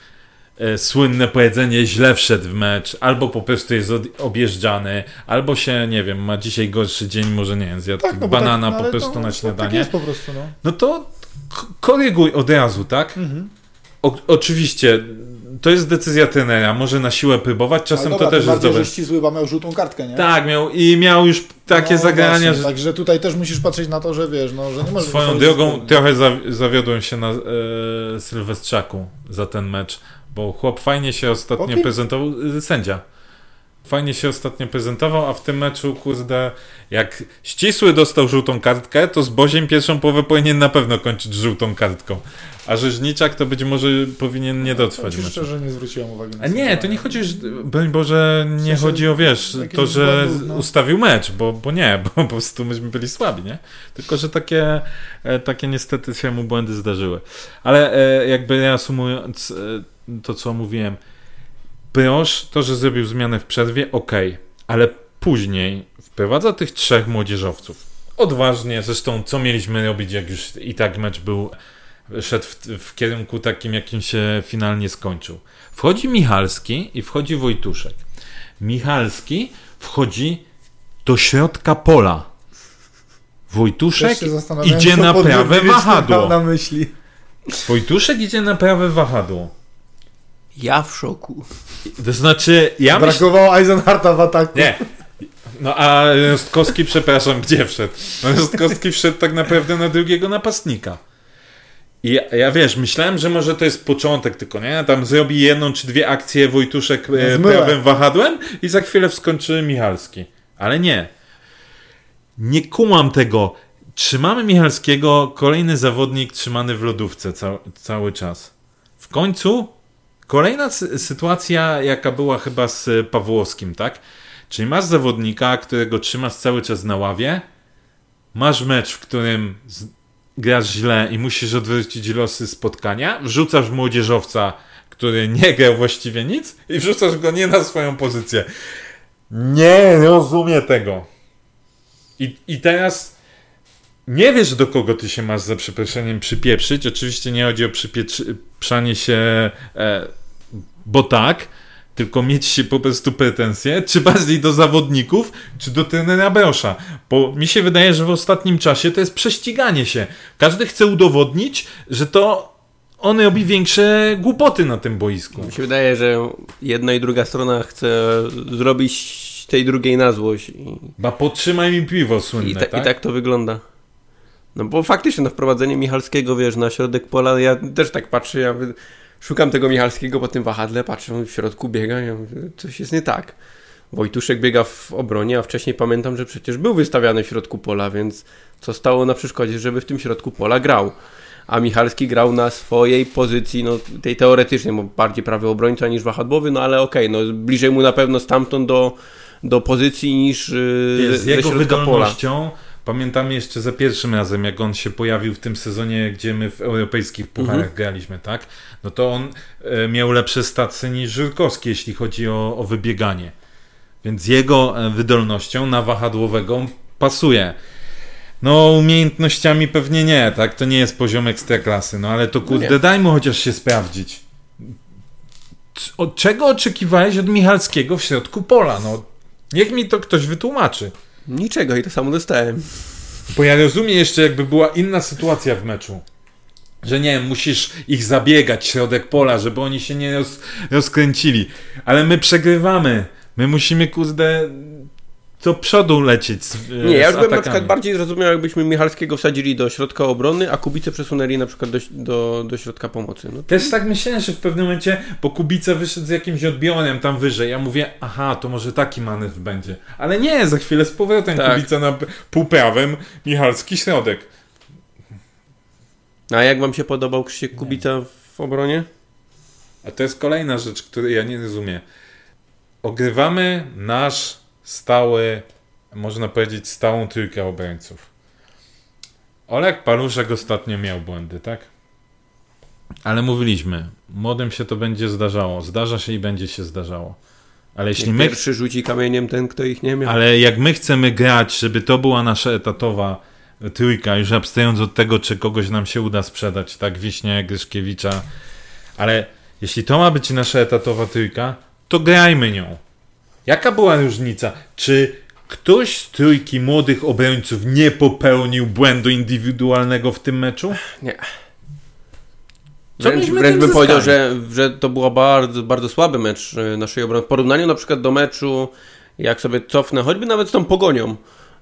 słynne powiedzenie źle wszedł w mecz, albo po prostu jest objeżdżany, albo się, nie wiem, ma dzisiaj gorszy dzień, może nie wiem, zjadł tak, no banana tak, no, po prostu to, na śniadanie. Tak jest po prostu, no. No to koryguj od razu, tak? Mhm. O, oczywiście, to jest decyzja trenera, może na siłę próbować, czasem dobra, to też jest dobre. że ścisły, bo miał żółtą kartkę, nie? Tak, miał i miał już takie no, zagrania, właśnie, że... Także tutaj też musisz patrzeć na to, że wiesz, no, że nie możesz... Swoją drogą trochę zawiodłem się na e, Sylwestrzaku za ten mecz, bo chłop fajnie się ostatnio okay. prezentował, sędzia. Fajnie się ostatnio prezentował, a w tym meczu, kurde, jak Ścisły dostał żółtą kartkę, to z Boziem pierwszą połowę powinien na pewno kończyć żółtą kartką. A Rzeźniczak to być może powinien nie dotrwać. No, szczerze nie zwróciłem uwagi na to. Nie, to nie chodzi, że, broń Boże, nie w sensie chodzi o, wiesz, to, że błędów, no. ustawił mecz, bo, bo nie, bo po prostu myśmy byli słabi, nie? Tylko, że takie, takie niestety się mu błędy zdarzyły. Ale jakby reasumując to, co mówiłem, Broż, to, że zrobił zmianę w przerwie, okej, okay, ale później wprowadza tych trzech młodzieżowców. Odważnie, zresztą co mieliśmy robić, jak już i tak mecz był, szedł w, w kierunku takim, jakim się finalnie skończył. Wchodzi Michalski i wchodzi Wojtuszek. Michalski wchodzi do środka pola. Wojtuszek idzie na prawe wahadło. Na myśli. Wojtuszek idzie na prawe wahadło. Ja w szoku. To znaczy, ja brakowało myśl... Eisenharta w ataku. Nie. No a Rostkowski, przepraszam, gdzie wszedł? No Rostkowski wszedł tak naprawdę na drugiego napastnika. I ja, ja wiesz, myślałem, że może to jest początek tylko, nie? Tam zrobi jedną czy dwie akcje Wojtuszek e, prawym wahadłem i za chwilę wskoczy Michalski. Ale nie. Nie kumam tego. Trzymamy Michalskiego, kolejny zawodnik trzymany w lodówce ca- cały czas. W końcu kolejna sy- sytuacja, jaka była chyba z Pawłowskim, tak? Czyli masz zawodnika, którego trzymasz cały czas na ławie, masz mecz, w którym z- grasz źle i musisz odwrócić losy spotkania, wrzucasz młodzieżowca, który nie grał właściwie nic i wrzucasz go nie na swoją pozycję. Nie rozumiem tego. I, i teraz nie wiesz, do kogo ty się masz za przeproszeniem przypieprzyć. Oczywiście nie chodzi o przypieprzanie się, e, bo tak, tylko mieć się po prostu pretensje, czy bardziej do zawodników, czy do trenera Brosza. Bo mi się wydaje, że w ostatnim czasie to jest prześciganie się. Każdy chce udowodnić, że to on robi większe głupoty na tym boisku. Mi się wydaje, że jedna i druga strona chce zrobić tej drugiej na złość. I... Ba podtrzymaj mi piwo słynne, I, ta, tak? I tak to wygląda. No bo faktycznie, no wprowadzenie Michalskiego, wiesz, na środek pola, ja też tak patrzę, ja szukam tego Michalskiego po tym wahadle, patrzę, on w środku biega, ja mówię, coś jest nie tak. Wojtuszek biega w obronie, a wcześniej pamiętam, że przecież był wystawiany w środku pola, więc co stało na przeszkodzie, żeby w tym środku pola grał. A Michalski grał na swojej pozycji, no tej teoretycznie, bo bardziej prawy obrońca niż wahadłowy, no ale okej, okay, no bliżej mu na pewno stamtąd do, do pozycji niż yy, z jego wydolnością. Pola. Pamiętamy jeszcze za pierwszym razem, jak on się pojawił w tym sezonie, gdzie my w europejskich pucharach mhm. graliśmy, tak? No to on e, miał lepsze stacje niż Żurkowski, jeśli chodzi o, o wybieganie. Więc jego wydolnością na wahadłowego pasuje. No umiejętnościami pewnie nie, tak? To nie jest poziom ekstraklasy, no ale to kurde, no daj mu chociaż się sprawdzić. Od czego oczekiwałeś od Michalskiego w środku pola? No niech mi to ktoś wytłumaczy. Niczego i to samo dostałem. Bo ja rozumiem jeszcze, jakby była inna sytuacja w meczu. Że nie wiem, musisz ich zabiegać, środek pola, żeby oni się nie roz, rozkręcili. Ale my przegrywamy. My musimy, kurde, do przodu lecieć z, Nie, ja już bym atakami. na przykład bardziej zrozumiał, jakbyśmy Michalskiego wsadzili do środka obrony, a Kubicę przesunęli na przykład do, do, do środka pomocy. No to... Też tak myślałem, że w pewnym momencie, bo Kubica wyszedł z jakimś odbiorem tam wyżej. Ja mówię, aha, to może taki manewr będzie. Ale nie, za chwilę z powrotem tak. Kubica na półprawym, Michalski środek. A jak wam się podobał Krzysiek Kubica w obronie? A to jest kolejna rzecz, której ja nie rozumiem. Ogrywamy nasz stały, można powiedzieć stałą trójkę obrońców. Oleg Paluszek ostatnio miał błędy, tak? Ale mówiliśmy, młodym się to będzie zdarzało. Zdarza się i będzie się zdarzało. Ale jeśli my... Pierwszy rzuci kamieniem ten, kto ich nie miał. Ale jak my chcemy grać, żeby to była nasza etatowa trójka, już abstrahując od tego, czy kogoś nam się uda sprzedać, tak? Wiśnia, Gryszkiewicza. Ale jeśli to ma być nasza etatowa trójka, to grajmy nią. Jaka była różnica? Czy ktoś z trójki młodych obrońców nie popełnił błędu indywidualnego w tym meczu? Nie. Wręcz, wręcz bym powiedział, że, że to był bardzo, bardzo słaby mecz naszej obrony. W porównaniu na przykład do meczu, jak sobie cofnę, choćby nawet z tą Pogonią,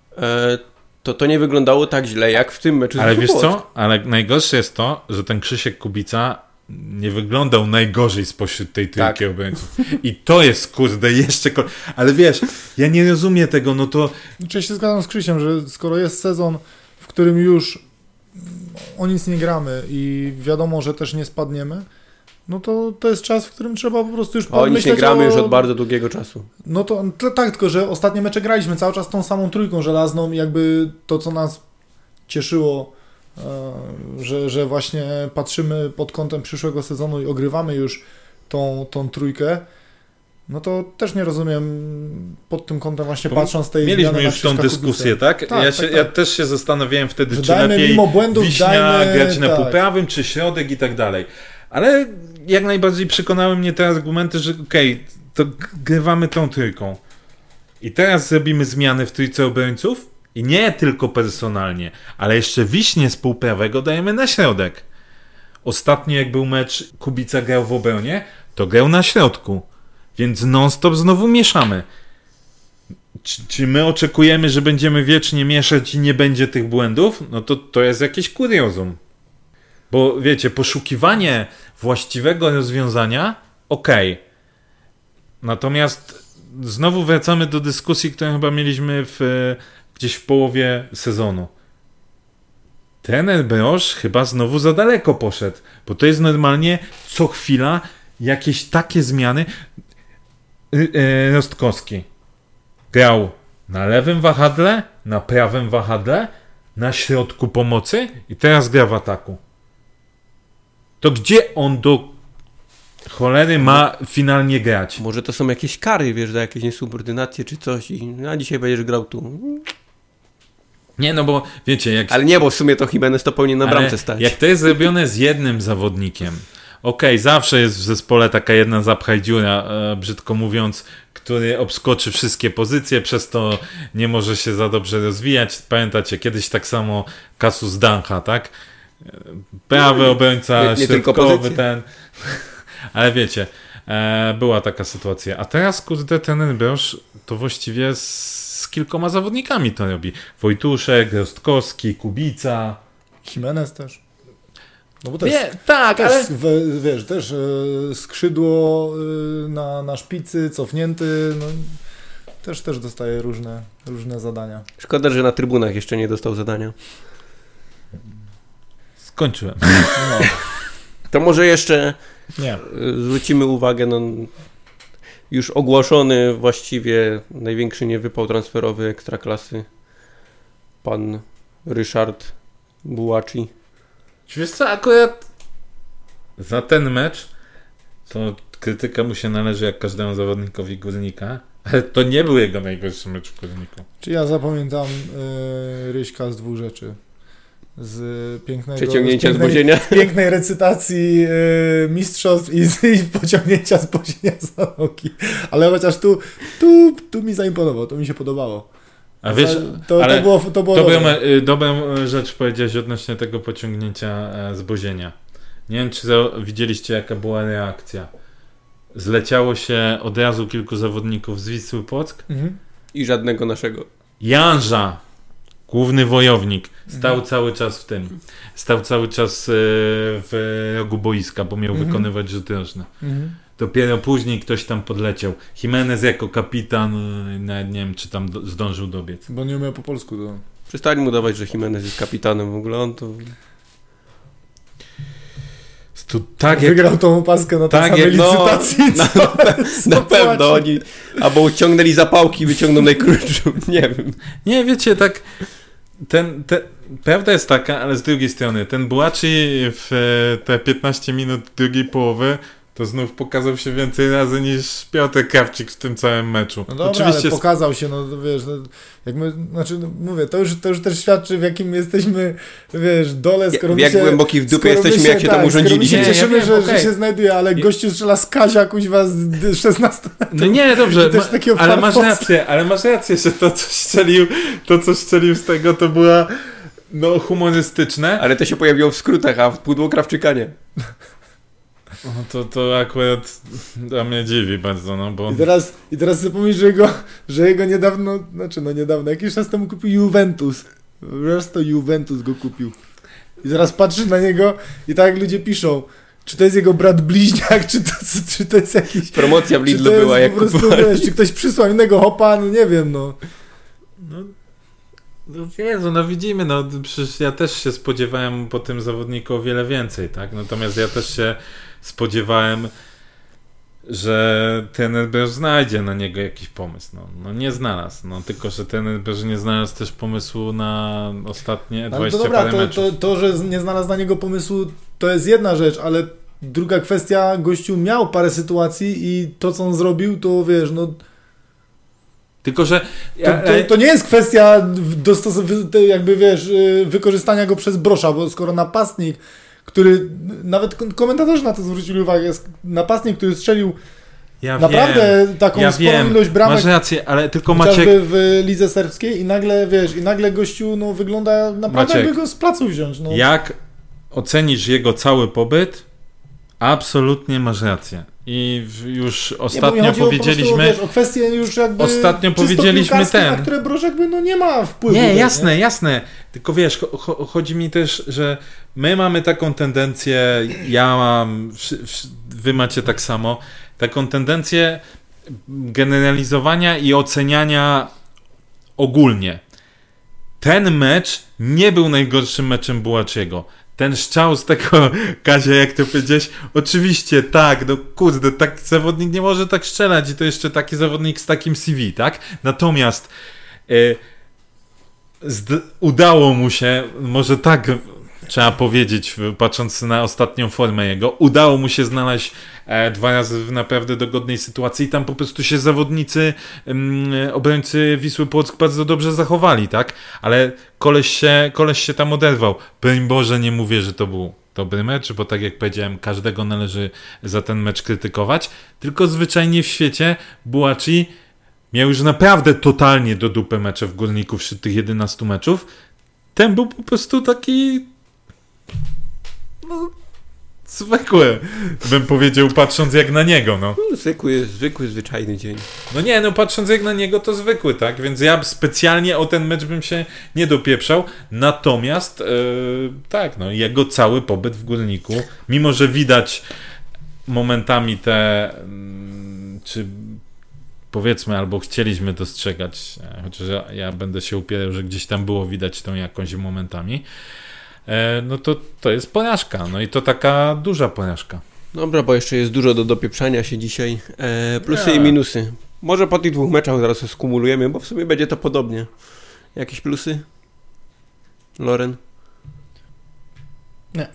to to nie wyglądało tak źle, jak w tym meczu. Ale wiesz co? Ale najgorsze jest to, że ten Krzysiek Kubica nie wyglądał najgorzej spośród tej trójki tak. obrońców. I to jest, kurde, jeszcze... Ale wiesz, ja nie rozumiem tego, no to... Znaczy, się zgadzam z Krzysiem, że skoro jest sezon, w którym już o nic nie gramy i wiadomo, że też nie spadniemy, no to to jest czas, w którym trzeba po prostu już pomyśleć o... O nic nie gramy o... już od bardzo długiego czasu. No to, to tak, tylko że ostatnie mecze graliśmy cały czas tą samą trójką żelazną i jakby to, co nas cieszyło, Że, że właśnie patrzymy pod kątem przyszłego sezonu i ogrywamy już tą, tą trójkę, no to też nie rozumiem pod tym kątem właśnie patrząc tej mieliśmy już tą dyskusję, tak? Tak, ja, tak, się, tak. ja też się zastanawiałem wtedy, że czy lepiej mimo błędów, Wiśnia dajmy, grać na tak. półprawym, czy środek i tak dalej. Ale jak najbardziej przekonały mnie te argumenty, że okej, okay, to grywamy tą trójką i teraz zrobimy zmiany w trójce obrońców. I nie tylko personalnie, ale jeszcze Wiśnię z półprawego dajemy na środek. Ostatnio jak był mecz, Kubica grał w obronie, to grał na środku. Więc non-stop znowu mieszamy. Czy, czy my oczekujemy, że będziemy wiecznie mieszać i nie będzie tych błędów? No to to jest jakieś kuriozum. Bo wiecie, poszukiwanie właściwego rozwiązania, okej. Okay. Natomiast znowu wracamy do dyskusji, którą chyba mieliśmy w... gdzieś w połowie sezonu. Trener Broż chyba znowu za daleko poszedł, bo to jest normalnie co chwila jakieś takie zmiany. Rostkowski grał na lewym wahadle, na prawym wahadle, na środku pomocy i teraz gra w ataku. To gdzie on do cholery ma finalnie grać? Może to są jakieś kary, wiesz, za jakieś niesubordynacje czy coś i a dzisiaj będziesz grał tu. Nie, no bo wiecie, jak... Ale nie, bo w sumie to Jimenez to powinien na bramce stać. Jak to jest zrobione z jednym zawodnikiem, okej, okay, zawsze jest w zespole taka jedna zapchaj dziura, e, brzydko mówiąc, który obskoczy wszystkie pozycje, przez to nie może się za dobrze rozwijać. Pamiętacie, kiedyś tak samo Kasus Dancha, tak? Prawy no, obrońca, nie, nie środkowy ten... Ale wiecie, e, była taka sytuacja. A teraz, kurde, ten Broż to właściwie z z kilkoma zawodnikami to robi. Wojtuszek, Rostkowski, Kubica. Jimenez też. No bo też, Wie, tak, też, ale... w, wiesz, też e, skrzydło e, na, na szpicy, cofnięty, no, też, też dostaje różne, różne zadania. Szkoda, że na trybunach jeszcze nie dostał zadania. Skończyłem. No. To może jeszcze nie. zwrócimy uwagę na już ogłoszony właściwie największy niewypał transferowy Ekstraklasy, pan Ryszard Bułaci. Wiesz co, akurat za ten mecz to krytyka mu się należy jak każdemu zawodnikowi Górnika, ale to nie był jego najgorszy mecz w Górniku. Czy ja zapamiętam yy, Ryśka z dwóch rzeczy. Z pięknego przeciągnięcia z pięknej, z Bozienia. Z pięknej recytacji yy, mistrzostw i, z, i pociągnięcia z Bozienia za nogi. Ale chociaż tu, tu, tu mi zaimponowało, to mi się podobało. A wiesz, to, ale to było, to było dobrą, dobre. dobrą rzecz powiedziałeś odnośnie tego pociągnięcia z Bozienia. Nie wiem, czy widzieliście, jaka była reakcja. Zleciało się od razu kilku zawodników z Wisły Płock mhm. i żadnego naszego. Janża, główny wojownik, stał mhm. cały czas w tym. Stał cały czas w rogu boiska, bo miał mhm. wykonywać rzut rożny. Mhm. Dopiero później ktoś tam podleciał. Jimenez jako kapitan, nawet nie wiem, czy tam do, zdążył dobiec. Bo nie umiał po polsku. To... Przestań mu dawać, że Jimenez jest kapitanem w ogóle. On to... To tak wygrał jak... tą opaskę na tej tak samej jak, licytacji. No, na, na pewno oni albo uciągnęli zapałki, wyciągną najkrótszą. Nie wiem. Nie, wiecie, tak ten, te, prawda jest taka, ale z drugiej strony ten Bułaci w te piętnaście minut drugiej połowy to znów pokazał się więcej razy niż Piotr Krawczyk w tym całym meczu. No dobra, oczywiście ale pokazał się, no wiesz, no, jak my, znaczy no, mówię, to już, to już też świadczy, w jakim jesteśmy, wiesz, dole, skoro jak my się... głęboki w dupie jesteśmy, się, jak się tak, tam urządzili. My się nie, cieszymy, ja wiem, że, okay. że się znajduje, ale gościu strzela z Kazia, kuźwa, z szesnastu lat. No nie, dobrze, ma, ale masz farfoc. rację, ale masz rację, że to, co strzelił, to, co strzelił z tego, to była, no, humorystyczne. Ale to się pojawiło w skrótach, a w pudło Krawczyka nie. No to, to akurat to mnie dziwi bardzo, no bo... I teraz, i teraz sobie pomyśl, że jego, że jego niedawno, znaczy no niedawno, jakiś czas temu kupił Juventus. Wraz to Juventus go kupił. I teraz patrzysz na niego i tak jak ludzie piszą, czy to jest jego brat bliźniak, czy to, czy to jest jakiś... Promocja w Lidlu była, jak kupowali. Wiesz, czy ktoś przysłał innego hopa, no nie wiem, no. No, no Jezu, no widzimy, no przecież ja też się spodziewałem po tym zawodniku o wiele więcej, tak? Natomiast ja też się spodziewałem, że ten Elber znajdzie na niego jakiś pomysł. No, no nie znalazł, no tylko, że ten Elber nie znalazł też pomysłu na ostatnie dwadzieścia ale to dobra, parę to, meczów. to, to, że nie znalazł na niego pomysłu, to jest jedna rzecz, ale druga kwestia, gościu miał parę sytuacji i to, co on zrobił, to wiesz, no... Tylko, że... To, to, to nie jest kwestia dostos- jakby, wiesz, wykorzystania go przez Brosza, bo skoro napastnik, który, nawet komentatorzy na to zwrócili uwagę, jest napastnik, który strzelił ja naprawdę wiem, taką ja sporą wiem, ilość bramek, masz rację, ale tylko chociażby Maciek... w lidze serbskiej i nagle, wiesz, i nagle gościu, no wygląda naprawdę, Maciek, jakby go z placu wziąć. No. Jak ocenisz jego cały pobyt, absolutnie masz rację. I już ostatnio nie, powiedzieliśmy... O, prostu, wiesz, o kwestię już jakby ostatnio powiedzieliśmy ten... na które Broż jakby no nie ma wpływu. Nie, tak, jasne, nie? jasne. Tylko wiesz, cho- chodzi mi też, że my mamy taką tendencję, ja mam, wy macie tak samo, taką tendencję generalizowania i oceniania ogólnie. Ten mecz nie był najgorszym meczem Bułaciego. Ten strzał z tego, Kazia, jak to powiedziałeś, oczywiście, tak, no kurde, taki zawodnik nie może tak strzelać i to jeszcze taki zawodnik z takim C V, tak? Natomiast y, zd- udało mu się, może tak trzeba powiedzieć, patrząc na ostatnią formę jego, udało mu się znaleźć e, dwa razy w naprawdę dogodnej sytuacji i tam po prostu się zawodnicy, mm, obrońcy Wisły Płock bardzo dobrze zachowali, tak? Ale koleś się, koleś się tam oderwał. Broń Boże, nie mówię, że to był dobry mecz, bo tak jak powiedziałem, każdego należy za ten mecz krytykować, tylko zwyczajnie w świecie Bułaci miał już naprawdę totalnie do dupy mecze w Górniku wśród tych jedenastu meczów. Ten był po prostu taki... No, zwykły, bym powiedział, patrząc jak na niego, no. Zwykły, zwykły, zwyczajny dzień. No nie, no patrząc jak na niego, to zwykły, tak? Więc ja specjalnie o ten mecz bym się nie dopieprzał. Natomiast, yy, tak, no, jego cały pobyt w Górniku, mimo że widać momentami te, yy, czy powiedzmy, albo chcieliśmy dostrzegać, chociaż ja, ja będę się upierał, że gdzieś tam było widać tą jakąś momentami, no to to jest porażka. No i to taka duża porażka. Dobra, bo jeszcze jest dużo do dopieprzania się dzisiaj. E, plusy Nie. i minusy. Może po tych dwóch meczach zaraz skumulujemy, bo w sumie będzie to podobnie. Jakieś plusy? Loren? Nie.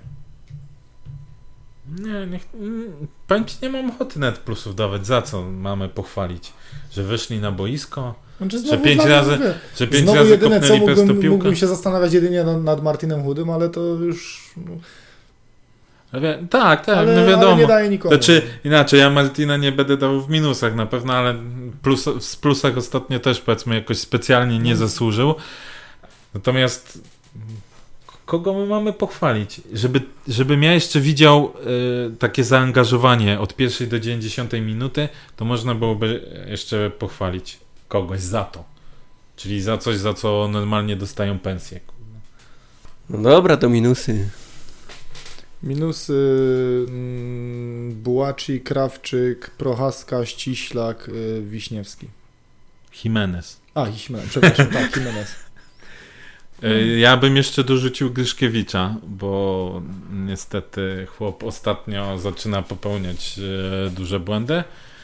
Nie, nie, powiem ci, nie mam ochoty nawet plusów dawać. Za co mamy pochwalić? Że wyszli na boisko? Znaczy, że pięć znowu, razy, mówię, że pięć znowu razy jedyne co, kopnęli mógłbym, piłkę? mógłbym się zastanawiać jedynie nad, nad Martinem Chudym, ale to już... No, tak, tak, ale, no wiadomo. ale nie daje nikomu. Znaczy, inaczej, ja Martina nie będę dał w minusach na pewno, ale plus, w plusach ostatnio też, powiedzmy, jakoś specjalnie nie zasłużył. Natomiast kogo my mamy pochwalić? Żeby, żebym ja jeszcze widział y, takie zaangażowanie od pierwszej do dziewięćdziesiątej minuty, to można byłoby jeszcze pochwalić kogoś za to. Czyli za coś, za co normalnie dostają pensję. No dobra, to minusy. Minusy mm, Bułaci, Krawczyk, Prochaska, Ściślak, y, Wiśniewski. Jimenez. A, Jimenez, przepraszam, tak, Jimenez. Ja bym jeszcze dorzucił Gryszkiewicza, bo niestety chłop ostatnio zaczyna popełniać e, duże błędy.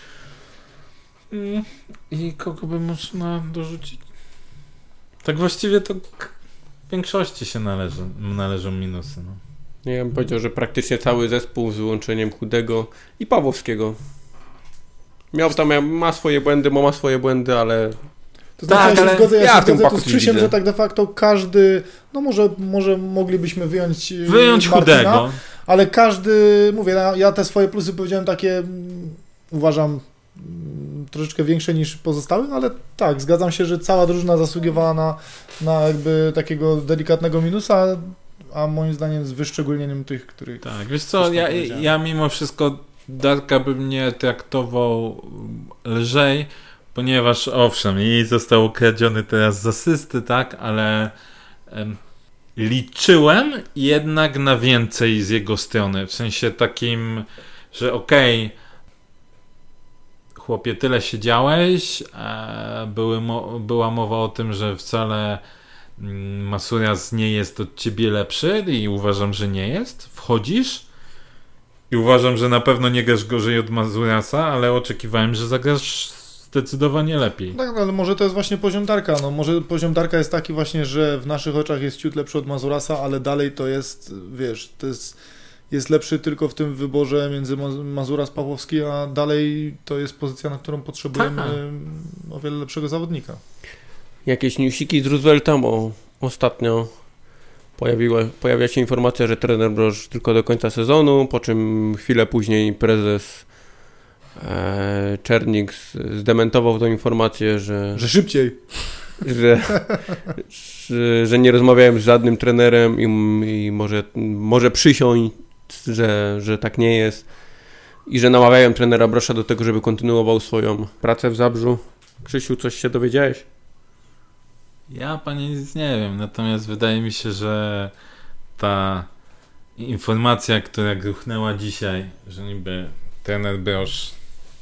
I kogo by można dorzucić? Tak właściwie to k- w większości się należy, należą minusy. No. Ja bym powiedział, że praktycznie cały zespół z wyłączeniem Chudego i Pawłowskiego. Miał tam, ma swoje błędy, ma swoje błędy, ale... To znaczy, tak, ja się ale zgodzę, ja ja się w tym zgodzę tu paku z Krzysiem, widzę. że tak de facto każdy, no może, może moglibyśmy wyjąć Wyjąć Martina, Chudego. ale każdy, mówię, ja, ja te swoje plusy powiedziałem takie, mm, uważam, mm, troszeczkę większe niż pozostałe, no ale tak, zgadzam się, że cała drużyna zasługiwała na, na jakby takiego delikatnego minusa. a moim zdaniem z wyszczególnieniem tych, których... Tak, wiesz co, ja, ja mimo wszystko Darka bym nie traktował lżej, ponieważ owszem, jej został ukradziony teraz z asysty, tak, ale em, liczyłem jednak na więcej z jego strony, w sensie takim, że okej, okay, chłopie, tyle siedziałeś, e, były mo- była mowa o tym, że wcale mm, Masurias nie jest od ciebie lepszy i uważam, że nie jest. Wchodzisz i uważam, że na pewno nie grasz gorzej od Masuriasa, ale oczekiwałem, że zagrasz zdecydowanie lepiej. Tak, ale może to jest właśnie poziom Darka. No, może poziom Darka jest taki właśnie, że w naszych oczach jest ciut lepszy od Mazurasa, ale dalej to jest, wiesz, to jest, jest lepszy tylko w tym wyborze między Mazuras Pawłowski, a dalej to jest pozycja, na którą potrzebujemy Aha. o wiele lepszego zawodnika. Jakieś newsiki z Roosevelta, bo ostatnio pojawiła, pojawiła się informacja, że trener Broż tylko do końca sezonu, po czym chwilę później prezes e, Czernik zdementował tą informację, że... Że szybciej. Że, że, że nie rozmawiałem z żadnym trenerem i, i może, może przysiąść, że, że tak nie jest i że namawiają trenera Brosza do tego, żeby kontynuował swoją pracę w Zabrzu. Krzysiu, coś się dowiedziałeś? Ja, panie, nic nie wiem, natomiast wydaje mi się, że ta informacja, która gruchnęła dzisiaj, że niby trener Brosz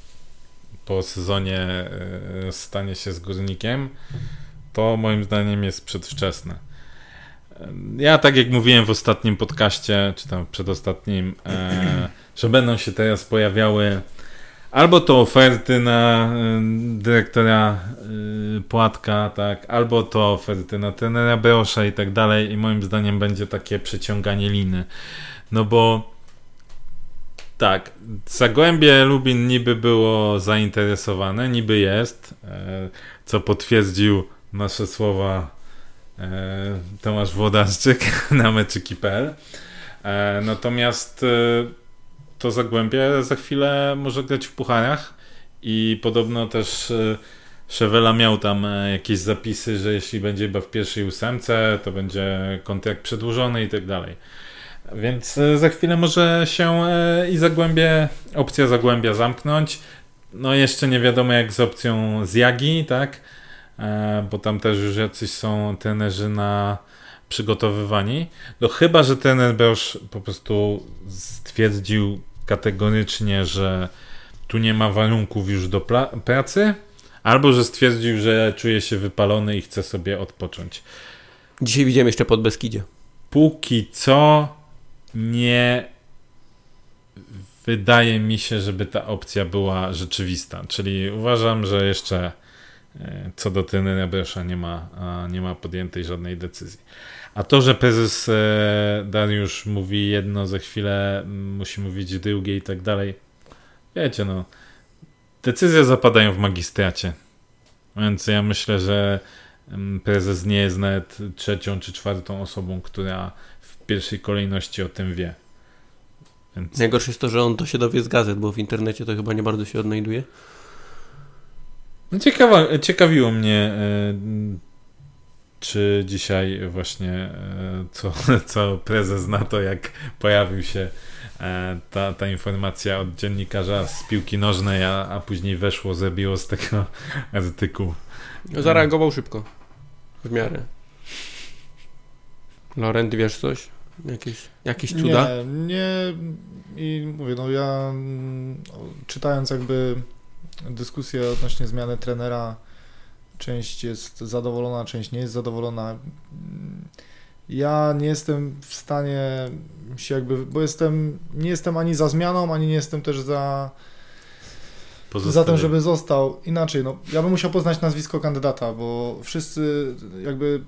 po sezonie stanie się z Górnikiem, to moim zdaniem jest przedwczesne. Ja, tak jak mówiłem w ostatnim podcaście, czy tam przedostatnim, e, że będą się teraz pojawiały albo to oferty na y, dyrektora y, Płatka, tak, albo to oferty na trenera Brosza i tak dalej, i moim zdaniem będzie takie przeciąganie liny. No bo tak, Zagłębie Lubin niby było zainteresowane, niby jest, e, co potwierdził nasze słowa e, Tomasz Włodarczyk na meczyki kropka pe el. E, natomiast e, to Zagłębie za chwilę może grać w pucharach i podobno też e, Szewela miał tam e, jakieś zapisy, że jeśli będzie chyba w pierwszej ósemce, to będzie kontrakt przedłużony i tak dalej. Więc e, za chwilę może się e, i Zagłębie, opcja Zagłębia zamknąć. No jeszcze nie wiadomo jak z opcją z Jagi, tak? E, bo tam też już jacyś są trenerzy na przygotowywani. No chyba, że trener Brosz po prostu stwierdził kategorycznie, że tu nie ma warunków już do pla- pracy, albo że stwierdził, że czuje się wypalony i chce sobie odpocząć. Dzisiaj widziałem jeszcze pod Beskidzie. Póki co nie wydaje mi się, żeby ta opcja była rzeczywista. Czyli uważam, że jeszcze co do trenera Brosza nie ma, nie ma podjętej żadnej decyzji. A to, że prezes Dariusz mówi jedno, za chwilę musi mówić drugie i tak dalej, wiecie, no, decyzje zapadają w magistracie. Więc ja myślę, że prezes nie jest nawet trzecią czy czwartą osobą, która w pierwszej kolejności o tym wie. Więc... Najgorsze jest to, że on to się dowie z gazet, bo w internecie to chyba nie bardzo się odnajduje. No ciekawa, ciekawiło mnie, czy dzisiaj właśnie co, co prezes na to, jak pojawił się ta, ta informacja od dziennikarza z piłki nożnej, a, a później weszło, zrobiło z tego artykuł. Zareagował szybko. W miarę. Laurent, wiesz coś? Jakieś, jakieś cuda? Nie, nie. I mówię, no ja czytając jakby dyskusję odnośnie zmiany trenera, część jest zadowolona, część nie jest zadowolona. Ja nie jestem w stanie się jakby, bo jestem, nie jestem ani za zmianą, ani nie jestem też za za tym, żeby został. Inaczej, no, ja bym musiał poznać nazwisko kandydata, bo wszyscy jakby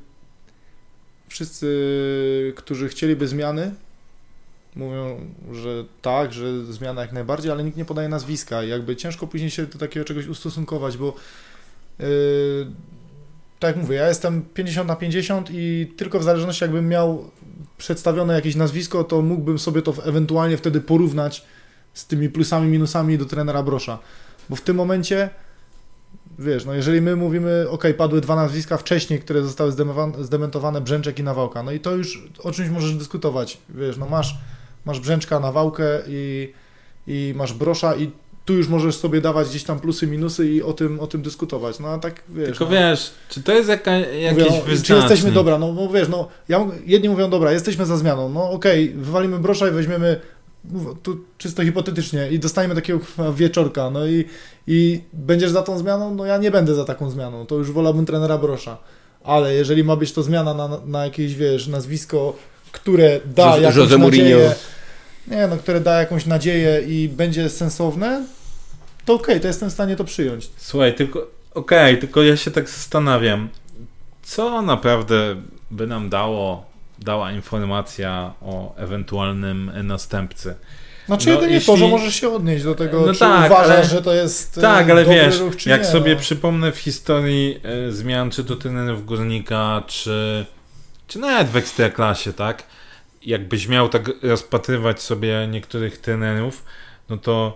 wszyscy, którzy chcieliby zmiany, mówią, że tak, że zmiana jak najbardziej, ale nikt nie podaje nazwiska i jakby ciężko później się do takiego czegoś ustosunkować, bo yy, tak jak mówię, ja jestem pięćdziesiąt na pięćdziesiąt i tylko w zależności jakbym miał przedstawione jakieś nazwisko, to mógłbym sobie to ewentualnie wtedy porównać z tymi plusami, minusami do trenera Brosza, bo w tym momencie wiesz, no jeżeli my mówimy, ok, padły dwa nazwiska wcześniej, które zostały zdementowane, Brzęczek i Nawałka, no i to już o czymś możesz dyskutować, wiesz, no masz, masz Brzęczka, Nawałkę i, i masz Brosza i tu już możesz sobie dawać gdzieś tam plusy, minusy i o tym, o tym dyskutować, no a tak, wiesz. Tylko no, wiesz, czy to jest jaka, jakiś mówię, no, wyznacznik? Czy jesteśmy, dobra, no bo wiesz, no, ja, jedni mówią, dobra, jesteśmy za zmianą, no okej, okay, wywalimy Brosza i weźmiemy, tu czysto hipotetycznie, i dostaniemy takiego wieczorka, no i, i będziesz za tą zmianą? No ja nie będę za taką zmianą, to już wolałbym trenera Brosza, ale jeżeli ma być to zmiana na, na jakieś, wiesz, nazwisko, które da Jose, jakąś Jose nadzieję, Mourinho. nie no, które da jakąś nadzieję i będzie sensowne, to okej, okay, to jestem w stanie to przyjąć. Słuchaj, tylko okej, okay, tylko ja się tak zastanawiam, co naprawdę by nam dało, dała informacja o ewentualnym następcy. Znaczy no, jedynie jeśli... to, że możesz się odnieść do tego, no czy tak, uważasz, ale... że to jest tak, ale dobry wiesz, ruch, czy jak nie, sobie no. przypomnę w historii e, zmian, czy to trenerów Górnika, czy, czy nawet w Ekstraklasie, tak? Jakbyś miał tak rozpatrywać sobie niektórych trenerów, no to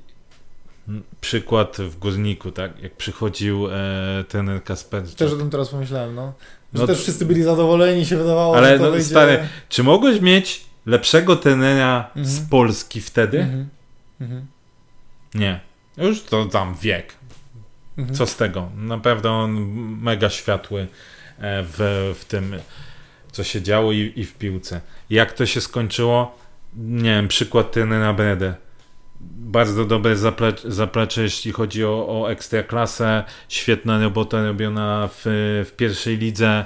przykład w Górniku, tak? Jak przychodził e, trener Kasperczak. Też o tym teraz pomyślałem, no. Że no też to... wszyscy byli zadowoleni, się wydawało, ale że to no, wyjdzie... stary, czy mogłeś mieć lepszego trenera mhm. z Polski wtedy? Mhm. Mhm. Nie. Już to tam wiek. Mhm. Co z tego? Naprawdę on mega światły w, w tym, co się działo i, i w piłce. Jak to się skończyło? Nie wiem, przykład trenera Brede. Bardzo dobre zaplecze, zaplecze jeśli chodzi o, o ekstraklasę. Świetna robota robiona w, w pierwszej lidze.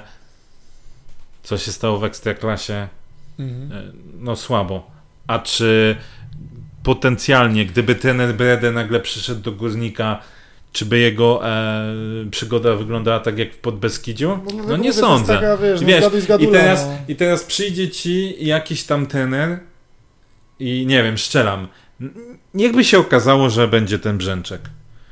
Co się stało w ekstraklasie? Mhm. No słabo. A czy potencjalnie, gdyby trener Brede nagle przyszedł do Górnika, czy by jego e, przygoda wyglądała tak jak w Podbeskidziu? No, no nie sądzę. Taka, wiesz, wiesz, no, zgaduj, zgadula, i, teraz, no. I teraz przyjdzie ci jakiś tam trener i nie wiem, szczelam. Niechby się okazało, że będzie ten Brzęczek.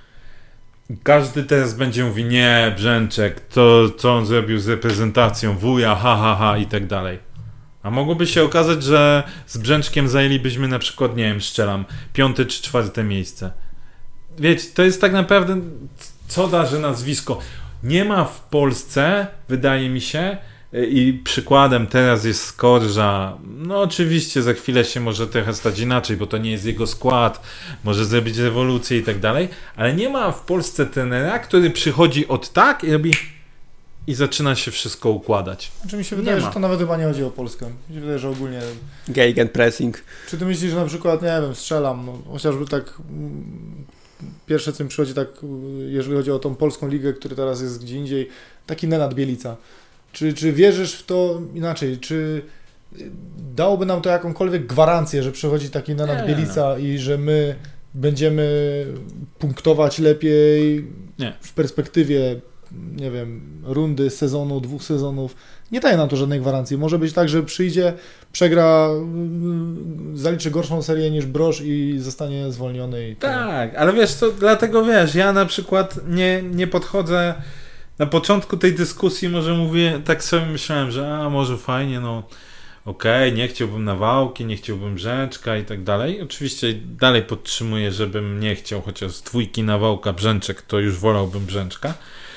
Każdy teraz będzie mówi, nie, Brzęczek, to co on zrobił z reprezentacją, wuja, ha, ha, ha i tak dalej. A mogłoby się okazać, że z Brzęczkiem zajęlibyśmy na przykład, nie wiem, szczelam, piąte czy czwarte miejsce. Wiecie, to jest tak naprawdę, co darzy nazwisko. Nie ma w Polsce, wydaje mi się, i przykładem teraz jest Skorża. No oczywiście za chwilę się może trochę stać inaczej, bo to nie jest jego skład, może zrobić rewolucję i tak dalej, ale nie ma w Polsce trenera, który przychodzi od tak i robi i zaczyna się wszystko układać. Znaczy mi się wydaje, nie że ma. to nawet chyba nie chodzi o Polskę. Mi się wydaje, że ogólnie... Gegenpressing. Czy ty myślisz, że na przykład, nie wiem, strzelam, no, chociażby tak mm, pierwsze, co mi przychodzi tak, jeżeli chodzi o tą polską ligę, która teraz jest gdzie indziej, taki Nenad Bielica. Czy, czy wierzysz w to inaczej? Czy dałoby nam to jakąkolwiek gwarancję, że przychodzi taki Nenad Bielica i że my będziemy punktować lepiej nie. w perspektywie, nie wiem, rundy, sezonu, dwóch sezonów? Nie daje nam to żadnej gwarancji. Może być tak, że przyjdzie, przegra, zaliczy gorszą serię niż Brosz i zostanie zwolniony. I tak, ale wiesz co, dlatego wiesz, ja na przykład nie, nie podchodzę. Na początku tej dyskusji może mówię, tak sobie myślałem, że a może fajnie, no okej, okay, nie chciałbym Nawałki, nie chciałbym Brzęczka i tak dalej. Oczywiście dalej podtrzymuję, żebym nie chciał, chociaż z dwójki Nawałka, Brzęczek, to już wolałbym Brzęczka.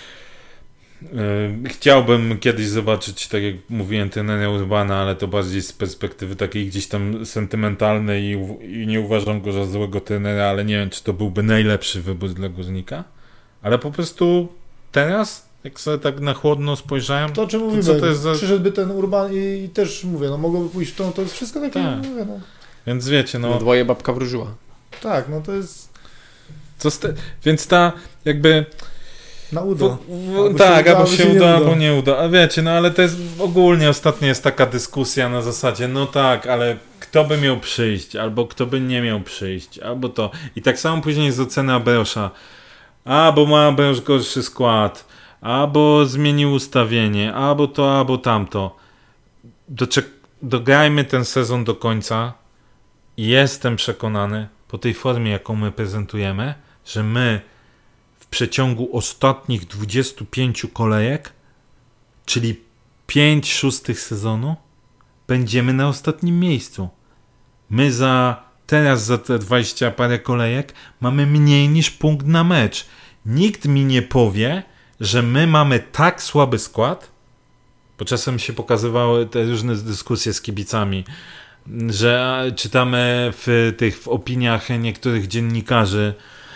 Yy, chciałbym kiedyś zobaczyć, tak jak mówiłem, trenera Urbana, ale to bardziej z perspektywy takiej gdzieś tam sentymentalnej i, i nie uważam go za złego trenera, ale nie wiem, czy to byłby najlepszy wybór dla Górnika. Ale po prostu teraz jak sobie tak na chłodno spojrzałem, to, czy mówimy, to co to jest za... przyszedłby ten Urban i, i też mówię, no mogłoby pójść w tą, to jest wszystko takie, tak. mówię, no. Więc wiecie, no... no dwoje babka wróżyła. Tak, no to jest... Co ste... Więc ta jakby... Na udo. W, w, tak, albo się, się uda, uda, albo nie uda. A wiecie, no ale to jest ogólnie ostatnio jest taka dyskusja na zasadzie, no tak, ale kto by miał przyjść, albo kto by nie miał przyjść, albo to. I tak samo później jest ocena Beosza. A, bo ma Beosz gorszy skład, albo zmienił ustawienie, albo to, albo tamto. Doczek- dograjmy ten sezon do końca i jestem przekonany, po tej formie, jaką my prezentujemy, że my w przeciągu ostatnich dwudziestu pięciu kolejek, czyli pięć szóstych sezonu, będziemy na ostatnim miejscu. My za teraz za te dwadzieścia parę kolejek mamy mniej niż punkt na mecz. nikt mi nie powie, że my mamy tak słaby skład, bo czasem się pokazywały te różne dyskusje z kibicami, że czytamy w tych w opiniach niektórych dziennikarzy,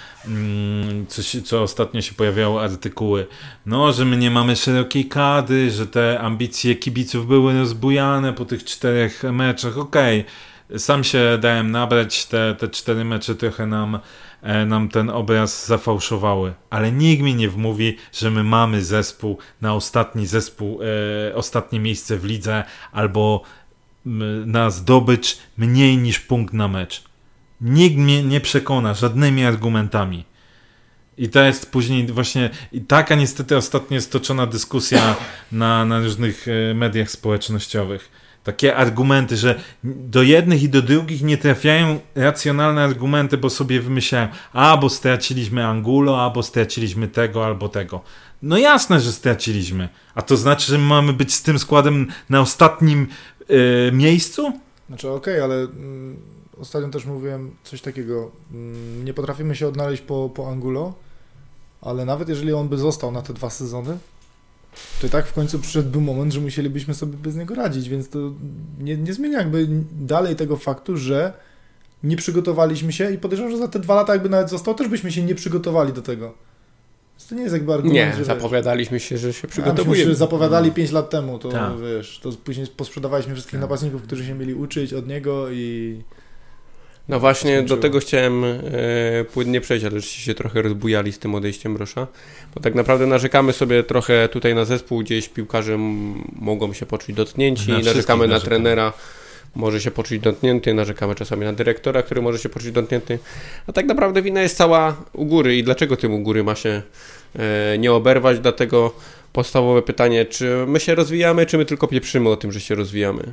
co, się, co ostatnio się pojawiały artykuły, no, że my nie mamy szerokiej kadry, że te ambicje kibiców były rozbujane po tych czterech meczach. Okej, okay. Sam się dałem nabrać, te, te cztery mecze trochę nam, nam ten obraz zafałszowały, ale nikt mi nie wmówi, że my mamy zespół na ostatni zespół, e, ostatnie miejsce w lidze albo na zdobycz mniej niż punkt na mecz. Nikt mnie nie przekona żadnymi argumentami. I to jest później właśnie i taka niestety ostatnio jest toczona dyskusja na, na różnych mediach społecznościowych. Takie argumenty, że do jednych i do drugich nie trafiają racjonalne argumenty, bo sobie wymyślają, a bo straciliśmy Angulo, a bo straciliśmy tego albo tego. No jasne, że straciliśmy. A to znaczy, że my mamy być z tym składem na ostatnim yy, miejscu? Znaczy okej, okay, ale mm, ostatnio też mówiłem coś takiego. Mm, nie potrafimy się odnaleźć po, po Angulo, ale nawet jeżeli on by został na te dwa sezony, to i tak w końcu przyszedłby moment, że musielibyśmy sobie bez niego radzić, więc to nie, nie zmienia jakby dalej tego faktu, że nie przygotowaliśmy się i podejrzewam, że za te dwa lata jakby nawet został, też byśmy się nie przygotowali do tego. Więc to nie jest jakby argument, nie, że zapowiadaliśmy się, że się przygotowujemy. przygotowujemy. Się zapowiadali pięć lat temu, to Ta. wiesz, to później posprzedawaliśmy wszystkich Ta. napastników, którzy się mieli uczyć od niego i... No właśnie, skończyło. do tego chciałem e, płynnie przejść, ale żeście się trochę rozbujali z tym odejściem Brosza, bo tak naprawdę narzekamy sobie trochę tutaj na zespół, gdzieś piłkarze m- mogą się poczuć dotknięci, Na narzekamy na narzekamy. trenera, może się poczuć dotknięty, narzekamy czasami na dyrektora, który może się poczuć dotknięty, a tak naprawdę wina jest cała u góry i dlaczego tym u góry ma się e, nie oberwać, dlatego podstawowe pytanie, czy my się rozwijamy, czy my tylko pieprzymy o tym, że się rozwijamy?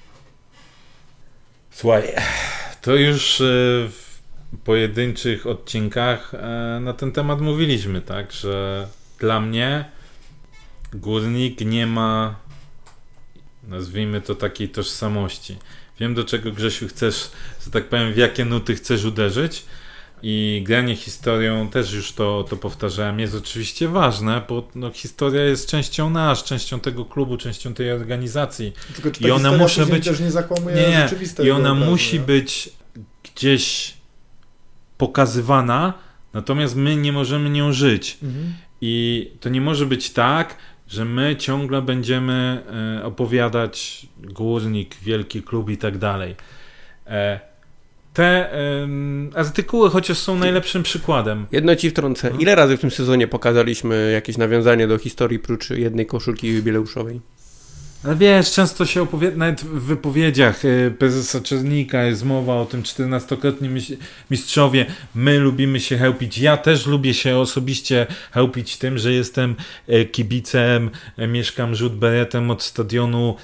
Słuchaj, to już w pojedynczych odcinkach na ten temat mówiliśmy, tak, że dla mnie Górnik nie ma, nazwijmy to, takiej tożsamości. Wiem, do czego, Grzesiu, chcesz, że tak powiem, w jakie nuty chcesz uderzyć i granie historią, też już to, to powtarzałem, jest oczywiście ważne, bo no, historia jest częścią nas, częścią tego klubu, częścią tej organizacji. Tylko czy ta i ona musi być też nie zakłamuje nie, nie. rzeczywiste I ona obrazu, musi nie? być gdzieś pokazywana, natomiast my nie możemy nią żyć. Mhm. I to nie może być tak, że my ciągle będziemy e, opowiadać Górnik, wielki klub i tak dalej. E, te e, artykuły chociaż są najlepszym przykładem. Jedno ci wtrącę. Ile razy w tym sezonie pokazaliśmy jakieś nawiązanie do historii prócz jednej koszulki jubileuszowej? Ale wiesz, często się opowiada, nawet w wypowiedziach y, prezesa Czernika jest mowa o tym czternastokrotni miś- mistrzowie, my lubimy się chełpić, ja też lubię się osobiście chełpić tym, że jestem y, kibicem, y, mieszkam rzut beretem od stadionu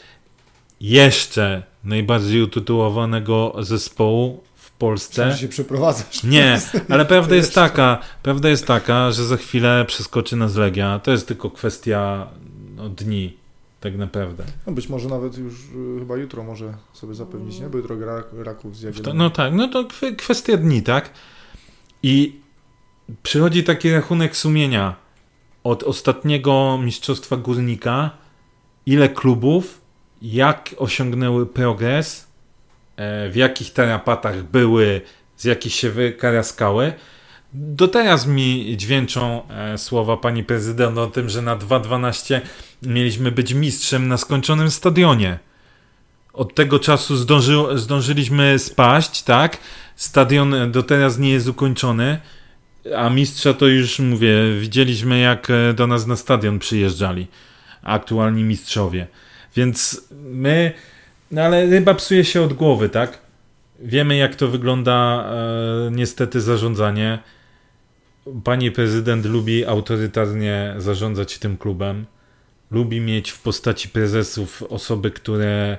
jeszcze najbardziej utytułowanego zespołu w Polsce. Czy się przeprowadzasz? Nie, ale prawda jest taka, prawda jest taka, że za chwilę przeskoczy nas Legia, to jest tylko kwestia no, dni. Tak naprawdę. No być może nawet już y, chyba jutro może sobie zapewnić, nie? Bo jutro gra Raków z Jagiellonią. No tak, no to kw- kwestia dni, tak? I przychodzi taki rachunek sumienia od ostatniego mistrzostwa Górnika, ile klubów, jak osiągnęły progres, e, w jakich tarapatach były, z jakich się wykaraskały. Do teraz mi dźwięczą e, słowa pani prezydent o tym, że na dwa dwanaście mieliśmy być mistrzem na skończonym stadionie. Od tego czasu zdąży, zdążyliśmy spaść, tak? Stadion do teraz nie jest ukończony, a mistrza to już, mówię, widzieliśmy jak do nas na stadion przyjeżdżali aktualni mistrzowie. Więc my, no ale ryba psuje się od głowy, tak? Wiemy jak to wygląda e, niestety zarządzanie. Pani prezydent lubi autorytarnie zarządzać tym klubem. Lubi mieć w postaci prezesów osoby, które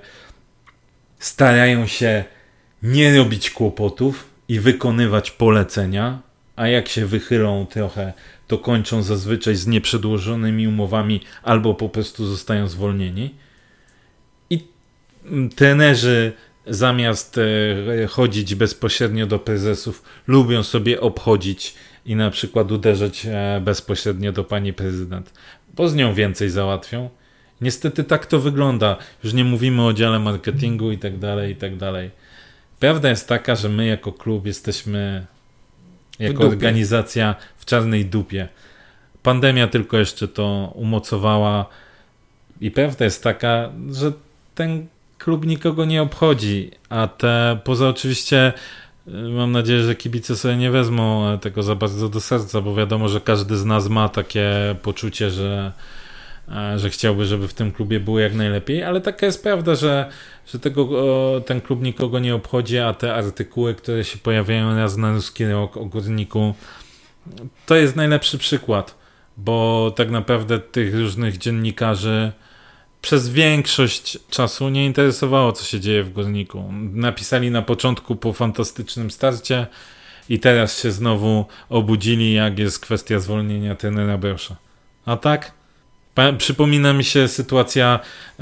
starają się nie robić kłopotów i wykonywać polecenia, a jak się wychylą trochę, to kończą zazwyczaj z nieprzedłożonymi umowami albo po prostu zostają zwolnieni. I trenerzy zamiast chodzić bezpośrednio do prezesów, lubią sobie obchodzić i na przykład uderzać bezpośrednio do pani prezydent, bo z nią więcej załatwią. Niestety tak to wygląda. Już nie mówimy o dziale marketingu i tak dalej, i tak dalej. Prawda jest taka, że my jako klub jesteśmy jako organizacja w czarnej dupie. Pandemia tylko jeszcze to umocowała i prawda jest taka, że ten klub nikogo nie obchodzi, a te poza oczywiście mam nadzieję, że kibice sobie nie wezmą tego za bardzo do serca, bo wiadomo, że każdy z nas ma takie poczucie, że że chciałby, żeby w tym klubie było jak najlepiej, ale taka jest prawda, że, że tego, ten klub nikogo nie obchodzi, a te artykuły, które się pojawiają raz na ruski rok o Górniku, to jest najlepszy przykład, bo tak naprawdę tych różnych dziennikarzy przez większość czasu nie interesowało, co się dzieje w Górniku. Napisali na początku po fantastycznym starcie i teraz się znowu obudzili, jak jest kwestia zwolnienia trenera Brosza. A tak? Przypomina mi się sytuacja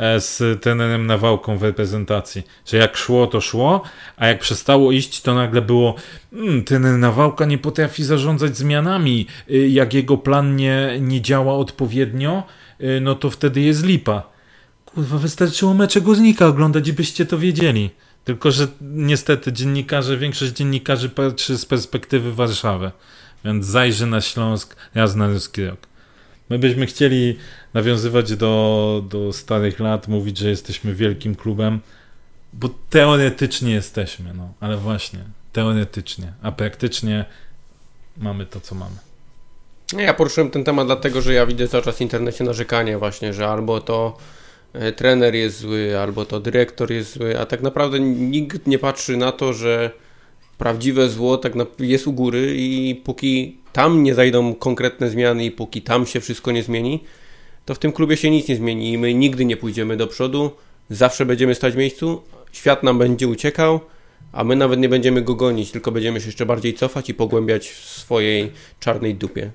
z trenerem Nawałką w reprezentacji, że jak szło, to szło, a jak przestało iść, to nagle było mmm, trener Nawałka nie potrafi zarządzać zmianami, jak jego plan nie, nie działa odpowiednio, no to wtedy jest lipa. Kurwa, wystarczyło mecze Górnika oglądać i byście to wiedzieli. Tylko, że niestety dziennikarze, większość dziennikarzy patrzy z perspektywy Warszawy, więc zajrzy na Śląsk raz na ruski rok. My byśmy chcieli nawiązywać do, do starych lat, mówić, że jesteśmy wielkim klubem, bo teoretycznie jesteśmy, no, ale właśnie, teoretycznie, a praktycznie mamy to, co mamy. Ja poruszyłem ten temat dlatego, że ja widzę cały czas w internecie narzekanie właśnie, że albo to e, trener jest zły, albo to dyrektor jest zły, a tak naprawdę nikt nie patrzy na to, że prawdziwe zło tak na, jest u góry i póki tam nie zajdą konkretne zmiany i póki tam się wszystko nie zmieni, to w tym klubie się nic nie zmieni i my nigdy nie pójdziemy do przodu, zawsze będziemy stać w miejscu, świat nam będzie uciekał, a my nawet nie będziemy go gonić, tylko będziemy się jeszcze bardziej cofać i pogłębiać w swojej czarnej dupie.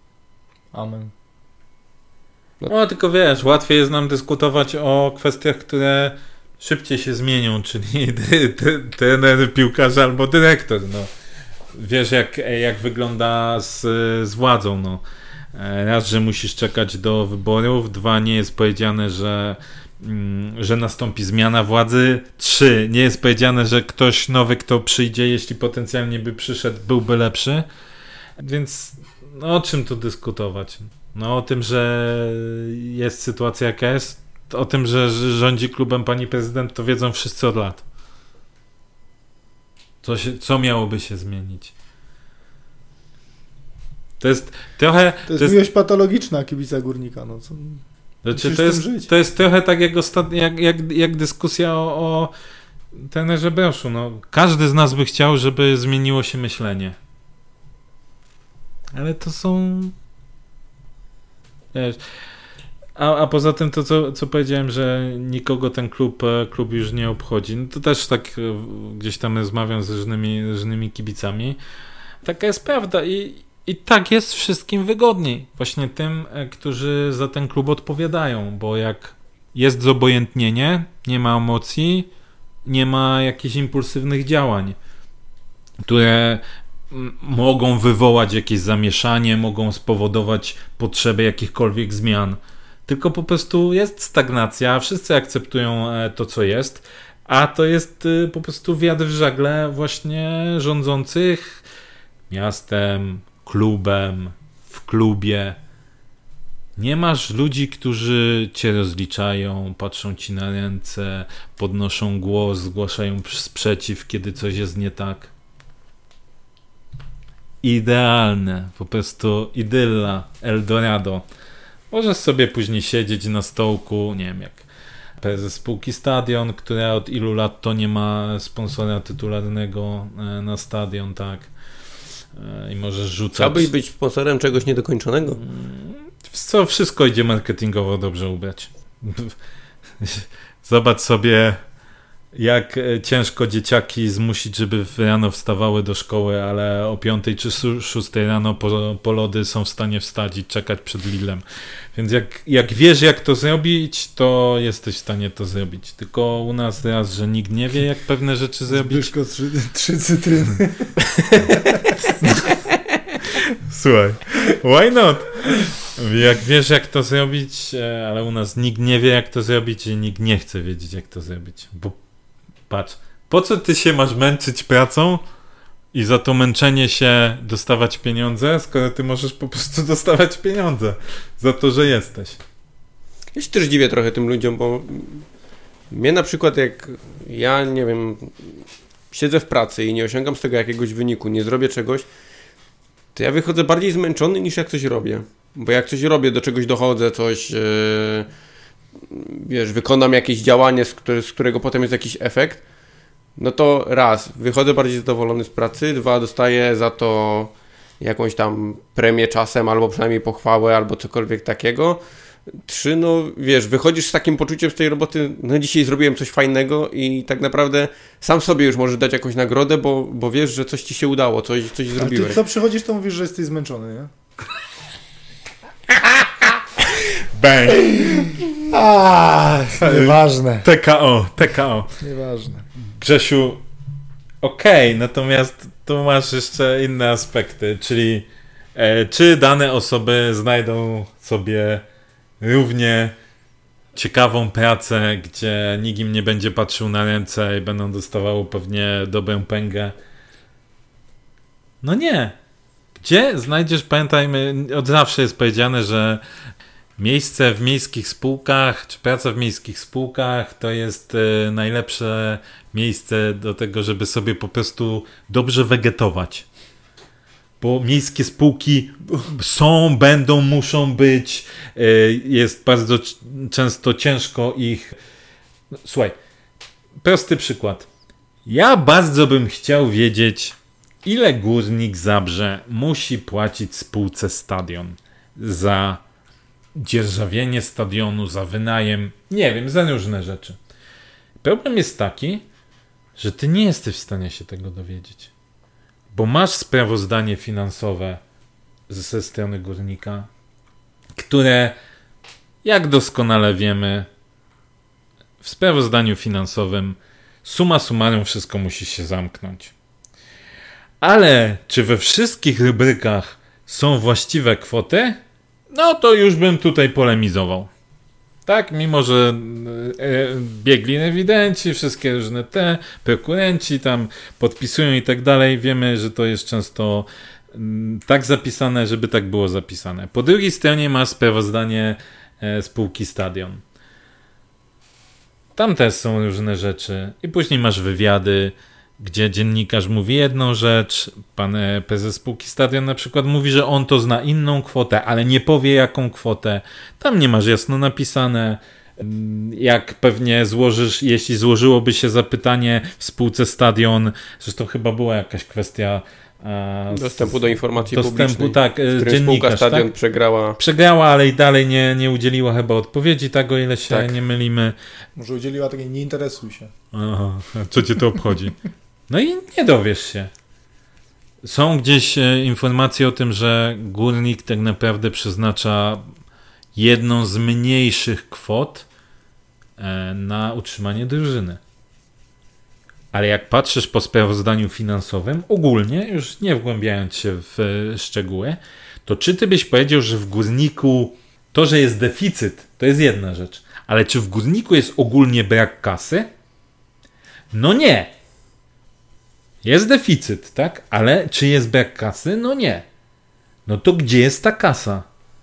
Amen. No, no tylko wiesz, łatwiej jest nam dyskutować o kwestiach, które szybciej się zmienią, czyli trener, piłkarz albo dyrektor, no. Wiesz, jak, jak wygląda z, z władzą, no. Raz, że musisz czekać do wyborów, dwa, nie jest powiedziane, że, mm, że nastąpi zmiana władzy, trzy, nie jest powiedziane, że ktoś nowy, kto przyjdzie, jeśli potencjalnie by przyszedł, byłby lepszy, więc no, o czym tu dyskutować? No o tym, że jest sytuacja jaka jest, o tym, że, że rządzi klubem pani prezydent, to wiedzą wszyscy od lat. Co, się, co miałoby się zmienić? To jest trochę... To jest, to jest miłość patologiczna kibica Górnika. No, co, znaczy, to, jest, to jest trochę tak jak, ostat... jak, jak, jak dyskusja o, o trenerze Broszu. No, każdy z nas by chciał, żeby zmieniło się myślenie. Ale to są... Wiesz... A, a poza tym to, co, co powiedziałem, że nikogo ten klub, klub już nie obchodzi, no to też tak gdzieś tam rozmawiam z różnymi, różnymi kibicami. Taka jest prawda i, i tak jest wszystkim wygodniej. Właśnie tym, którzy za ten klub odpowiadają, bo jak jest zobojętnienie, nie ma emocji, nie ma jakichś impulsywnych działań, które mogą wywołać jakieś zamieszanie, mogą spowodować potrzebę jakichkolwiek zmian. Tylko po prostu jest stagnacja, wszyscy akceptują to, co jest, a to jest po prostu wiatr w żagle właśnie rządzących miastem, klubem, w klubie. Nie masz ludzi, którzy cię rozliczają, patrzą ci na ręce, podnoszą głos, zgłaszają sprzeciw, kiedy coś jest nie tak. Idealne, po prostu idylla, Eldorado. Możesz sobie później siedzieć na stołku, nie wiem, jak prezes spółki Stadion, która od ilu lat to nie ma sponsora tytularnego na stadion, tak? I możesz rzucać... Chciałbyś być sponsorem czegoś niedokończonego? Co, wszystko idzie marketingowo dobrze ubrać. Zobacz sobie jak ciężko dzieciaki zmusić, żeby rano wstawały do szkoły, ale o piątej czy szóstej rano po, po lody są w stanie wstać i czekać przed Lidlem. Więc jak, jak wiesz, jak to zrobić, to jesteś w stanie to zrobić. Tylko u nas raz, że nikt nie wie, jak pewne rzeczy zrobić. Zbyszko, trzy, trzy cytryny. Słuchaj, why not? Jak wiesz, jak to zrobić, ale u nas nikt nie wie, jak to zrobić i nikt nie chce wiedzieć, jak to zrobić. Bo patrz, po co ty się masz męczyć pracą i za to męczenie się dostawać pieniądze, skoro ty możesz po prostu dostawać pieniądze za to, że jesteś. Ja się też dziwię trochę tym ludziom, bo mnie na przykład jak ja, nie wiem, siedzę w pracy i nie osiągam z tego jakiegoś wyniku, nie zrobię czegoś, to ja wychodzę bardziej zmęczony niż jak coś robię. Bo jak coś robię, do czegoś dochodzę, coś, yy, wiesz, wykonam jakieś działanie, z, które, z którego potem jest jakiś efekt, no to raz, wychodzę bardziej zadowolony z pracy, dwa, dostaję za to jakąś tam premię czasem, albo przynajmniej pochwałę, albo cokolwiek takiego. Trzy, no wiesz, wychodzisz z takim poczuciem z tej roboty, no dzisiaj zrobiłem coś fajnego i tak naprawdę sam sobie już możesz dać jakąś nagrodę, bo, bo wiesz, że coś ci się udało, coś, coś zrobiłeś. A ty co przychodzisz, to mówisz, że jesteś zmęczony, nie? Bang! A, nieważne. T K O, T K O. Nieważne. Grzesiu, okej, okay, natomiast tu masz jeszcze inne aspekty, czyli e, czy dane osoby znajdą sobie równie ciekawą pracę, gdzie nikt im nie będzie patrzył na ręce i będą dostawały pewnie dobrą pęgę? No nie. Gdzie znajdziesz, pamiętajmy, od zawsze jest powiedziane, że miejsce w miejskich spółkach, czy praca w miejskich spółkach to jest y, najlepsze miejsce do tego, żeby sobie po prostu dobrze wegetować. Bo miejskie spółki są, będą, muszą być, y, jest bardzo c- często ciężko ich... Słuchaj, prosty przykład. Ja bardzo bym chciał wiedzieć, ile Górnik Zabrze musi płacić spółce Stadion za dzierżawienie stadionu, za wynajem, nie wiem, za różne rzeczy. Problem jest taki, że ty nie jesteś w stanie się tego dowiedzieć. Bo masz sprawozdanie finansowe ze strony Górnika, które, jak doskonale wiemy, w sprawozdaniu finansowym summa summarum wszystko musi się zamknąć. Ale czy we wszystkich rubrykach są właściwe kwoty? No to już bym tutaj polemizował. Tak, mimo że e, biegli ewidenci, wszystkie różne te, prokurenci tam podpisują i tak dalej, wiemy, że to jest często m, tak zapisane, żeby tak było zapisane. Po drugiej stronie masz sprawozdanie e, spółki Stadion. Tam też są różne rzeczy i później masz wywiady, gdzie dziennikarz mówi jedną rzecz, pan prezes spółki Stadion na przykład mówi, że on to zna inną kwotę, ale nie powie jaką kwotę. Tam nie masz jasno napisane, jak pewnie złożysz, jeśli złożyłoby się zapytanie w spółce Stadion, zresztą chyba była jakaś kwestia a, dostępu do informacji dostępu, publicznej, tak, dziennikarz, spółka Stadion tak? przegrała. Przegrała, ale i dalej nie, nie udzieliła chyba odpowiedzi, tak, o ile się tak. nie mylimy. Może udzieliła takiej, nie interesuj się. Aha, co cię to obchodzi? No i nie dowiesz się. Są gdzieś e, informacje o tym, że Górnik tak naprawdę przeznacza jedną z mniejszych kwot e, na utrzymanie drużyny. Ale jak patrzysz po sprawozdaniu finansowym, ogólnie, już nie wgłębiając się w e, szczegóły, to czy ty byś powiedział, że w Górniku to, że jest deficyt, to jest jedna rzecz, ale czy w Górniku jest ogólnie brak kasy? No nie. Jest deficyt, tak? Ale czy jest brak kasy? No nie. No to gdzie jest ta kasa?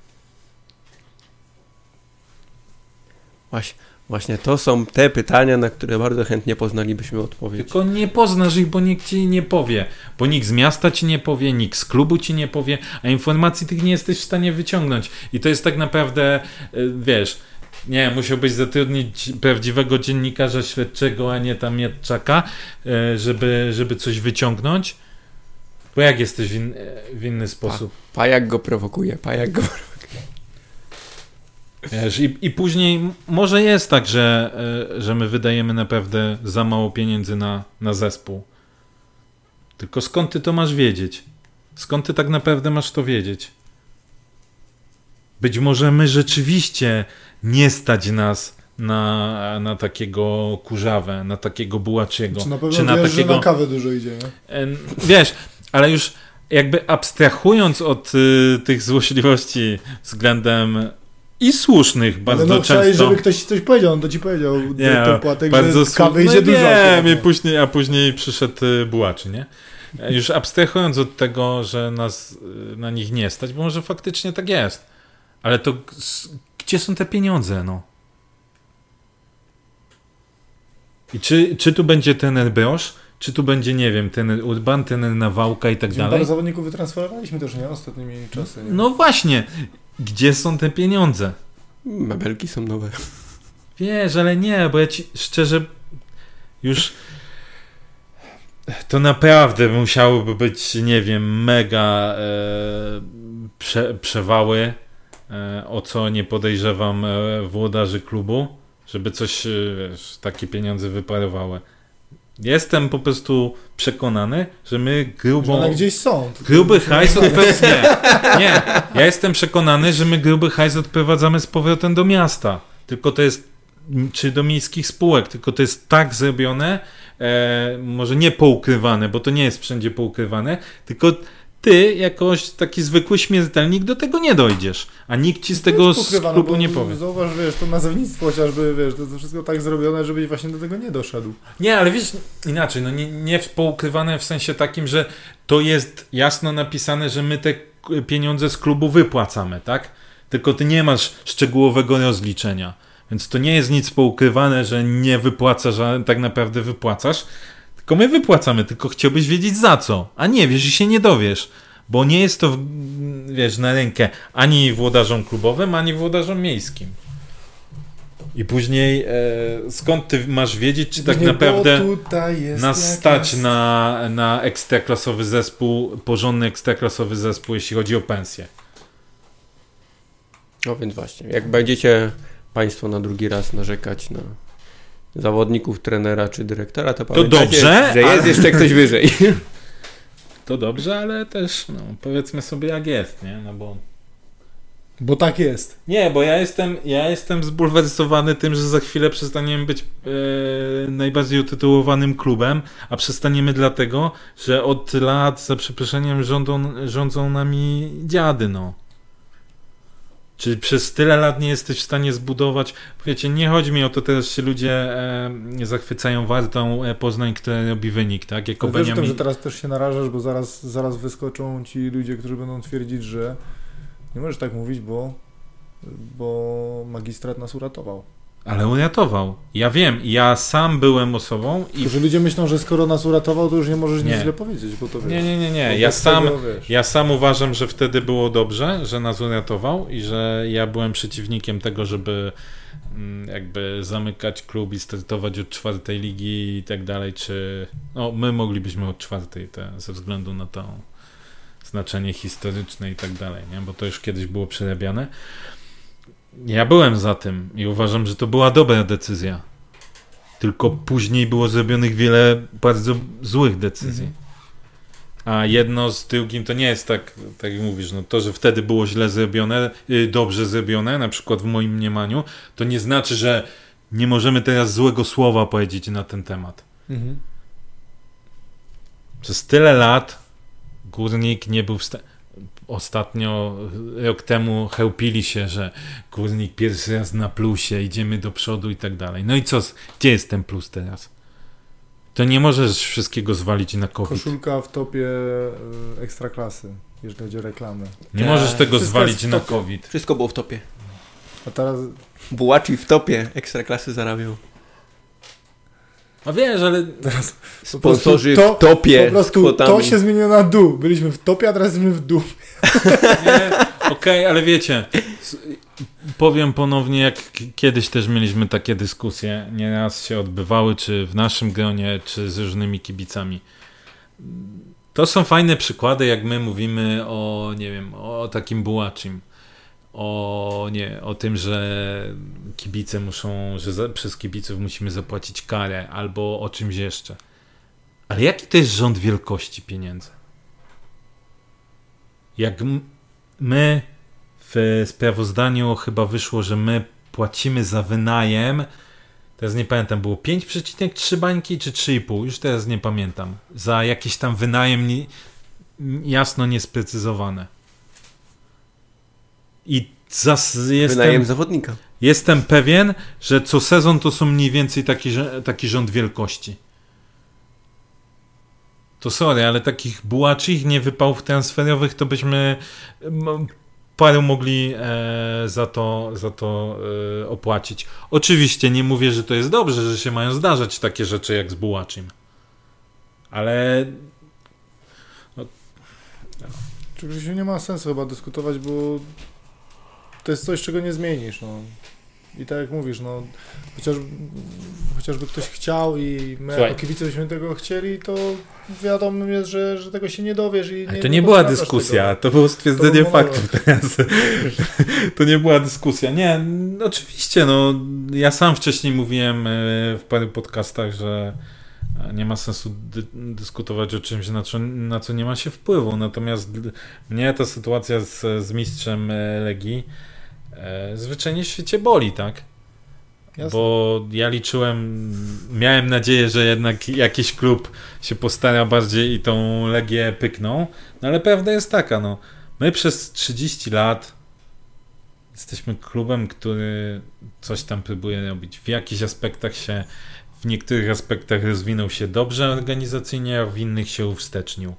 Właśnie, właśnie to są te pytania, na które bardzo chętnie poznalibyśmy odpowiedź. Tylko nie poznasz ich, bo nikt ci nie powie. Bo nikt z miasta ci nie powie, nikt z klubu ci nie powie, a informacji tych nie jesteś w stanie wyciągnąć. I to jest tak naprawdę, wiesz... Nie, musiałbyś zatrudnić prawdziwego dziennikarza śledczego, a nie tam Mietczaka, żeby, żeby coś wyciągnąć. Bo jak jesteś w, in, w inny sposób? Pa, pajak go prowokuje, pajak go prowokuje. Wiesz, i, i później może jest tak, że, że my wydajemy naprawdę za mało pieniędzy na, na zespół. Tylko skąd ty to masz wiedzieć? Skąd ty tak naprawdę masz to wiedzieć? Być może my rzeczywiście nie stać nas na, na takiego Kurzawę, na takiego Bułaczyego. Czy na pewno czy na wiesz, takiego... że na kawę dużo idzie, nie? Wiesz, ale już jakby abstrahując od y, tych złośliwości względem i słusznych bardzo ale no, często. chciałeś, żeby ktoś coś powiedział, no to ci powiedział nie, ten płatek, bardzo że kawy no idzie dużo. Wiem, i później, a później przyszedł y, Bułaczy, nie? Już abstrahując od tego, że nas y, na nich nie stać, bo może faktycznie tak jest. Ale to s, gdzie są te pieniądze, no? I czy, czy tu będzie ten Brosz, czy tu będzie, nie wiem, ten Urban, ten Nawałka i tak Gdzie dalej? parę zawodników wytransferowaliśmy też, nie? Ostatnimi czasy. Nie? No właśnie, gdzie są te pieniądze? Mebelki są nowe. Wiesz, ale nie, bo ja ci szczerze już to naprawdę musiałoby być, nie wiem, mega e, prze, przewały, e, o co nie podejrzewam e, włodarzy klubu, żeby coś, e, wiesz, takie pieniądze wyparowały. Jestem po prostu przekonany, że my grubą... Że one gdzieś są. Gruby hajs odprowadzamy. Nie, nie. Ja jestem przekonany, że my gruby hajs odprowadzamy z powrotem do miasta. Tylko to jest, czy do miejskich spółek, tylko to jest tak zrobione, e, może nie poukrywane, bo to nie jest wszędzie poukrywane, tylko ty, jakoś taki zwykły śmiertelnik, do tego nie dojdziesz. A nikt ci z tego z klubu nie powie. Zauważ, wiesz, to nazewnictwo chociażby, wiesz, to jest wszystko tak zrobione, żebyś właśnie do tego nie doszedł. Nie, ale wiesz, inaczej, no nie, nie poukrywane w sensie takim, że to jest jasno napisane, że my te pieniądze z klubu wypłacamy, tak? Tylko ty nie masz szczegółowego rozliczenia. Więc to nie jest nic poukrywane, że nie wypłacasz, a tak naprawdę wypłacasz. Tylko my wypłacamy, tylko chciałbyś wiedzieć za co. A nie wiesz i się nie dowiesz. Bo nie jest to, wiesz, na rękę ani włodarzom klubowym, ani włodarzom miejskim. I później e, skąd ty masz wiedzieć, czy tak nie, naprawdę jest nas stać na, na ekstraklasowy zespół, porządny ekstraklasowy zespół, jeśli chodzi o pensję. No więc właśnie, jak będziecie Państwo na drugi raz narzekać na zawodników, trenera czy dyrektora, to, to pamiętajcie, dobrze, że jest ale... jeszcze ktoś wyżej. To dobrze, ale też no, powiedzmy sobie jak jest, nie? No bo... Bo tak jest. Nie, bo ja jestem, ja jestem zbulwersowany tym, że za chwilę przestaniemy być e, najbardziej utytułowanym klubem, a przestaniemy dlatego, że od lat, za przeproszeniem, rządzą, rządzą nami dziady, no. Czy przez tyle lat nie jesteś w stanie zbudować... Wiecie, nie chodzi mi o to, teraz się ludzie e, zachwycają Wartą e, Poznań, które robi wynik, tak? Jako Wiesz o tym, Beniamin... że teraz też się narażasz, bo zaraz, zaraz wyskoczą ci ludzie, którzy będą twierdzić, że nie możesz tak mówić, bo, bo magistrat nas uratował. Ale uratował. Ja wiem, ja sam byłem osobą i... Że ludzie myślą, że skoro nas uratował, to już nie możesz Nie. nic źle powiedzieć, bo to wiesz. Nie, nie, nie, nie. Bo Ja bez sam, tego, wiesz. ja sam uważam, że wtedy było dobrze, że nas uratował i że ja byłem przeciwnikiem tego, żeby mm, jakby zamykać klub i startować od czwartej ligi i tak dalej, czy... No, my moglibyśmy od czwartej te, ze względu na to znaczenie historyczne i tak dalej, nie? Bo to już kiedyś było przerabiane. Ja byłem za tym i uważam, że to była dobra decyzja. Tylko później było zrobionych wiele bardzo złych decyzji. Mhm. A jedno z drugim to nie jest tak, tak jak mówisz, no to, że wtedy było źle zrobione, yy, dobrze zrobione, na przykład w moim mniemaniu, to nie znaczy, że nie możemy teraz złego słowa powiedzieć na ten temat. Mhm. Przez tyle lat Górnik nie był w stanie... Ostatnio, rok temu chełpili się, że Górnik pierwszy raz na plusie, idziemy do przodu i tak dalej. No i co? Gdzie jest ten plus teraz? To nie możesz wszystkiego zwalić na COVID. Koszulka w topie y, ekstraklasy, jeżeli chodzi o reklamę. Nie Ta, możesz tego zwalić na COVID. Wszystko było w topie. A teraz... Bułaczy w topie ekstraklasy zarabiał. A wiesz, ale... Teraz sponsorzy to, w topie. Po prostu to się zmieniło na dół. Byliśmy w topie, a teraz jesteśmy w dół. Okej, okay, ale wiecie, powiem ponownie, jak kiedyś też mieliśmy takie dyskusje, nieraz się odbywały, czy w naszym gronie, czy z różnymi kibicami. To są fajne przykłady, jak my mówimy o, nie wiem, o takim Bułaczym. o, nie, o tym, że kibice muszą, że za, przez kibiców musimy zapłacić karę, albo o czymś jeszcze. Ale jaki to jest rząd wielkości pieniędzy? Jak my w sprawozdaniu chyba wyszło, że my płacimy za wynajem, teraz nie pamiętam, było pięć przecinek trzy bańki czy trzy i pół, już teraz nie pamiętam, za jakiś tam wynajem nie, jasno niesprecyzowane. I zas, jestem, wynajem zawodnika. Jestem pewien, że co sezon to są mniej więcej taki, taki rząd wielkości. To sorry, ale takich bułaczych niewypałów transferowych to byśmy paru mogli e, za to, za to e, opłacić. Oczywiście nie mówię, że to jest dobrze, że się mają zdarzać takie rzeczy jak z bułaczym. Ale no, no. Oczywiście nie ma sensu chyba dyskutować, bo to jest coś, czego nie zmienisz. No. I tak jak mówisz, no, chociaż, chociażby ktoś chciał i my Słuchaj. jako kibice byśmy tego chcieli, to wiadomo jest, że, że tego się nie dowiesz. I nie, to nie, nie była dyskusja, tego. To było stwierdzenie to faktów teraz. To nie była dyskusja. Nie, no, oczywiście, no, ja sam wcześniej mówiłem w paru podcastach, że nie ma sensu dy- dyskutować o czymś, na co, na co nie ma się wpływu. Natomiast mnie ta sytuacja z, z mistrzem Legii e, zwyczajnie w świecie boli, tak? Jasne. Bo ja liczyłem, miałem nadzieję, że jednak jakiś klub się postara bardziej i tą Legię pykną, no ale prawda jest taka, no, my przez trzydzieści lat jesteśmy klubem, który coś tam próbuje robić. W jakichś aspektach się, w niektórych aspektach rozwinął się dobrze organizacyjnie, a w innych się uwstecznił.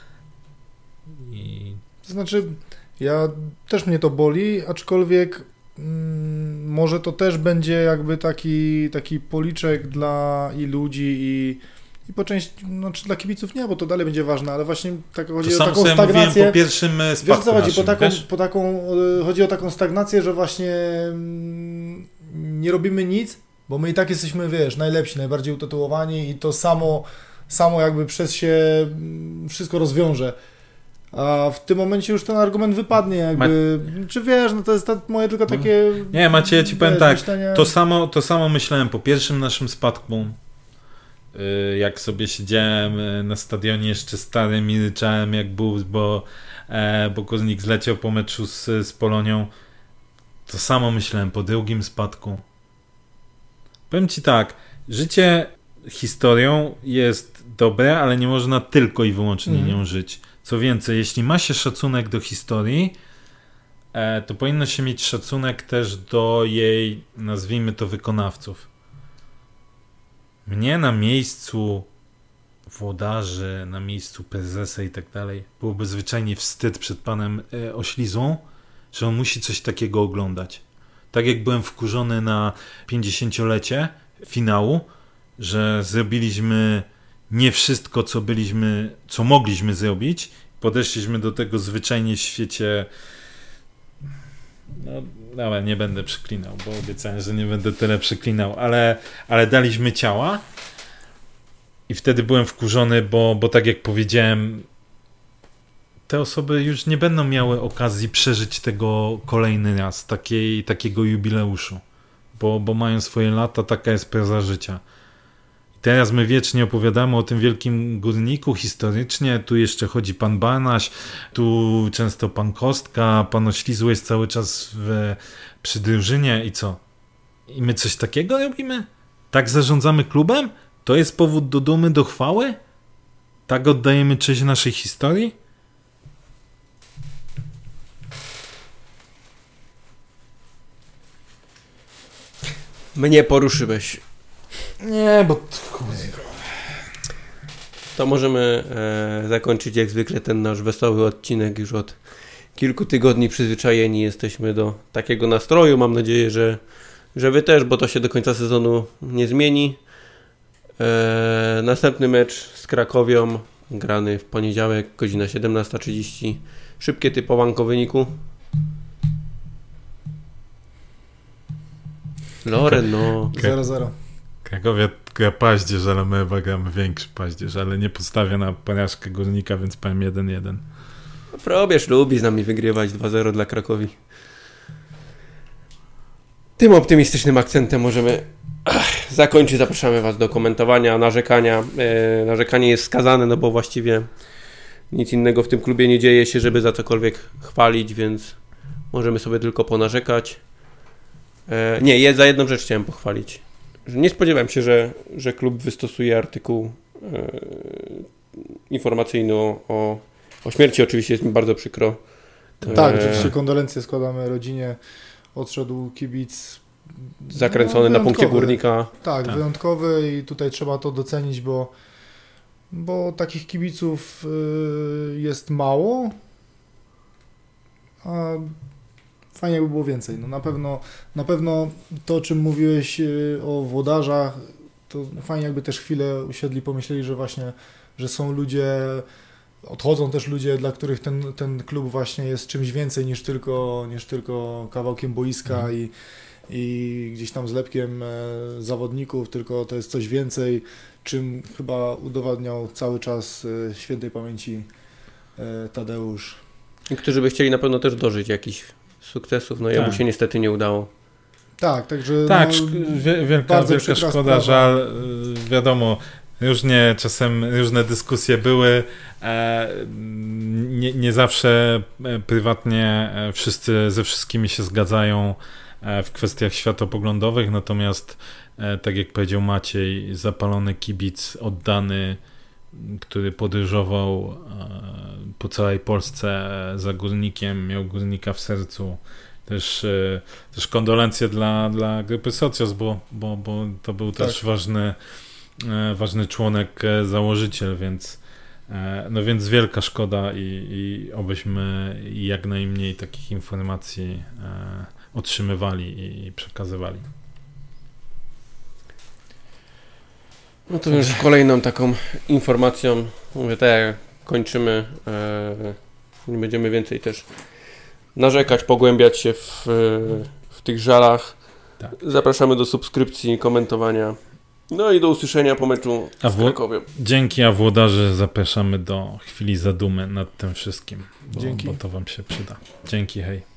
I... To znaczy, ja też mnie to boli, aczkolwiek mm, może to też będzie jakby taki, taki policzek dla i ludzi i, i po części, no czy dla kibiców nie, bo to dalej będzie ważne, ale właśnie tak chodzi to o sam taką stagnację. Po pierwszym wiesz co chodzi, naszym, po taką, wiesz? po taką, chodzi o taką stagnację, że właśnie mm, nie robimy nic, bo my i tak jesteśmy, wiesz, najlepsi, najbardziej utytułowani i to samo, samo jakby przez się wszystko rozwiąże. A w tym momencie już ten argument wypadnie, jakby, Ma... czy wiesz, no to jest ta, moje tylko takie... Nie, Maciej, ja ci powiem tak, myślenie... to samo, to samo myślałem po pierwszym naszym spadku, jak sobie siedziałem na stadionie jeszcze starym i ryczałem jak bus, bo, bo Kurnik zleciał po meczu z, z Polonią, to samo myślałem po drugim spadku. Powiem ci tak, życie historią jest dobre, ale nie można tylko i wyłącznie mm. nią żyć. Co więcej, jeśli ma się szacunek do historii, e, to powinno się mieć szacunek też do jej, nazwijmy to, wykonawców. Mnie na miejscu włodarzy, na miejscu prezesa i tak dalej, byłoby zwyczajnie wstyd przed panem e, Oślizą, że on musi coś takiego oglądać. Tak jak byłem wkurzony na pięćdziesięciolecie finału, że zrobiliśmy nie wszystko, co byliśmy, co mogliśmy zrobić. Podeszliśmy do tego zwyczajnie w świecie. No, dobra, nie będę przeklinał, bo obiecałem, że nie będę tyle przeklinał, ale, ale daliśmy ciała i wtedy byłem wkurzony, bo, bo tak jak powiedziałem, te osoby już nie będą miały okazji przeżyć tego kolejny raz, takiej, takiego jubileuszu, bo, bo mają swoje lata, taka jest proza życia. Teraz my wiecznie opowiadamy o tym wielkim górniku historycznie, tu jeszcze chodzi pan Banaś, tu często pan Kostka, pan Oślizły jest cały czas w, przy drużynie i co? I my coś takiego robimy? Tak zarządzamy klubem? To jest powód do dumy, do chwały? Tak oddajemy cześć naszej historii? Mnie poruszyłeś. Nie, bo... To możemy e, zakończyć jak zwykle ten nasz wesoły odcinek. Już od kilku tygodni przyzwyczajeni jesteśmy do takiego nastroju. Mam nadzieję, że, że wy też, bo to się do końca sezonu nie zmieni. E, następny mecz z Krakowią, grany w poniedziałek, godzina siedemnasta trzydzieści. Szybkie typowanko wyniku. Loren, no. zero zero. Krakowia gra paździerz, ale my chyba gramy większy paździerz, ale nie postawia na porażkę Górnika, więc powiem jeden jeden. Probierz lubi z nami wygrywać dwa zero dla Krakowi. tym optymistycznym akcentem możemy zakończyć. Zapraszamy Was do komentowania, narzekania. E, narzekanie jest skazane, no bo właściwie nic innego w tym klubie nie dzieje się, żeby za cokolwiek chwalić, więc możemy sobie tylko ponarzekać. E, nie, jest za jedną rzecz chciałem pochwalić. Nie spodziewałem się, że, że klub wystosuje artykuł e, informacyjny o, o śmierci. Oczywiście jest mi bardzo przykro. E, tak, oczywiście kondolencje składamy rodzinie. Odszedł kibic zakręcony no, na punkcie Górnika. Tak, tak, wyjątkowy i tutaj trzeba to docenić, bo, bo takich kibiców y, jest mało, a fajnie by było więcej. No na pewno, na pewno to, o czym mówiłeś y, o włodarzach, to fajnie jakby też chwilę usiedli, pomyśleli, że właśnie, że są ludzie, odchodzą też ludzie, dla których ten, ten klub właśnie jest czymś więcej niż tylko, niż tylko kawałkiem boiska mm. i, i gdzieś tam zlepkiem e, zawodników, tylko to jest coś więcej, czym chyba udowadniał cały czas e, świętej pamięci e, Tadeusz. I którzy by chcieli na pewno też dożyć jakichś sukcesów, no jemu tak. się niestety nie udało. Tak, także tak, no, szk- wielka, wielka szkoda, sprawa. Żal, wiadomo, różnie czasem różne dyskusje były, nie, nie zawsze prywatnie wszyscy ze wszystkimi się zgadzają w kwestiach światopoglądowych, natomiast tak jak powiedział Maciej, zapalony kibic, oddany, który podróżował po całej Polsce za Górnikiem, miał Górnika w sercu. Też, też kondolencje dla, dla grupy Socios, bo, bo, bo to był tak. też ważny ważny członek, założyciel, więc no więc wielka szkoda i, i obyśmy jak najmniej takich informacji otrzymywali i przekazywali. No to już kolejną taką informacją, mówię, tak jak kończymy, nie będziemy więcej też narzekać, pogłębiać się w, w tych żalach. Tak. Zapraszamy do subskrypcji, komentowania. No i do usłyszenia po meczu a z Krakowiem. Dzięki, a włodarze zapraszamy do chwili zadumy nad tym wszystkim, bo, Dzięki. bo to wam się przyda. Dzięki, hej.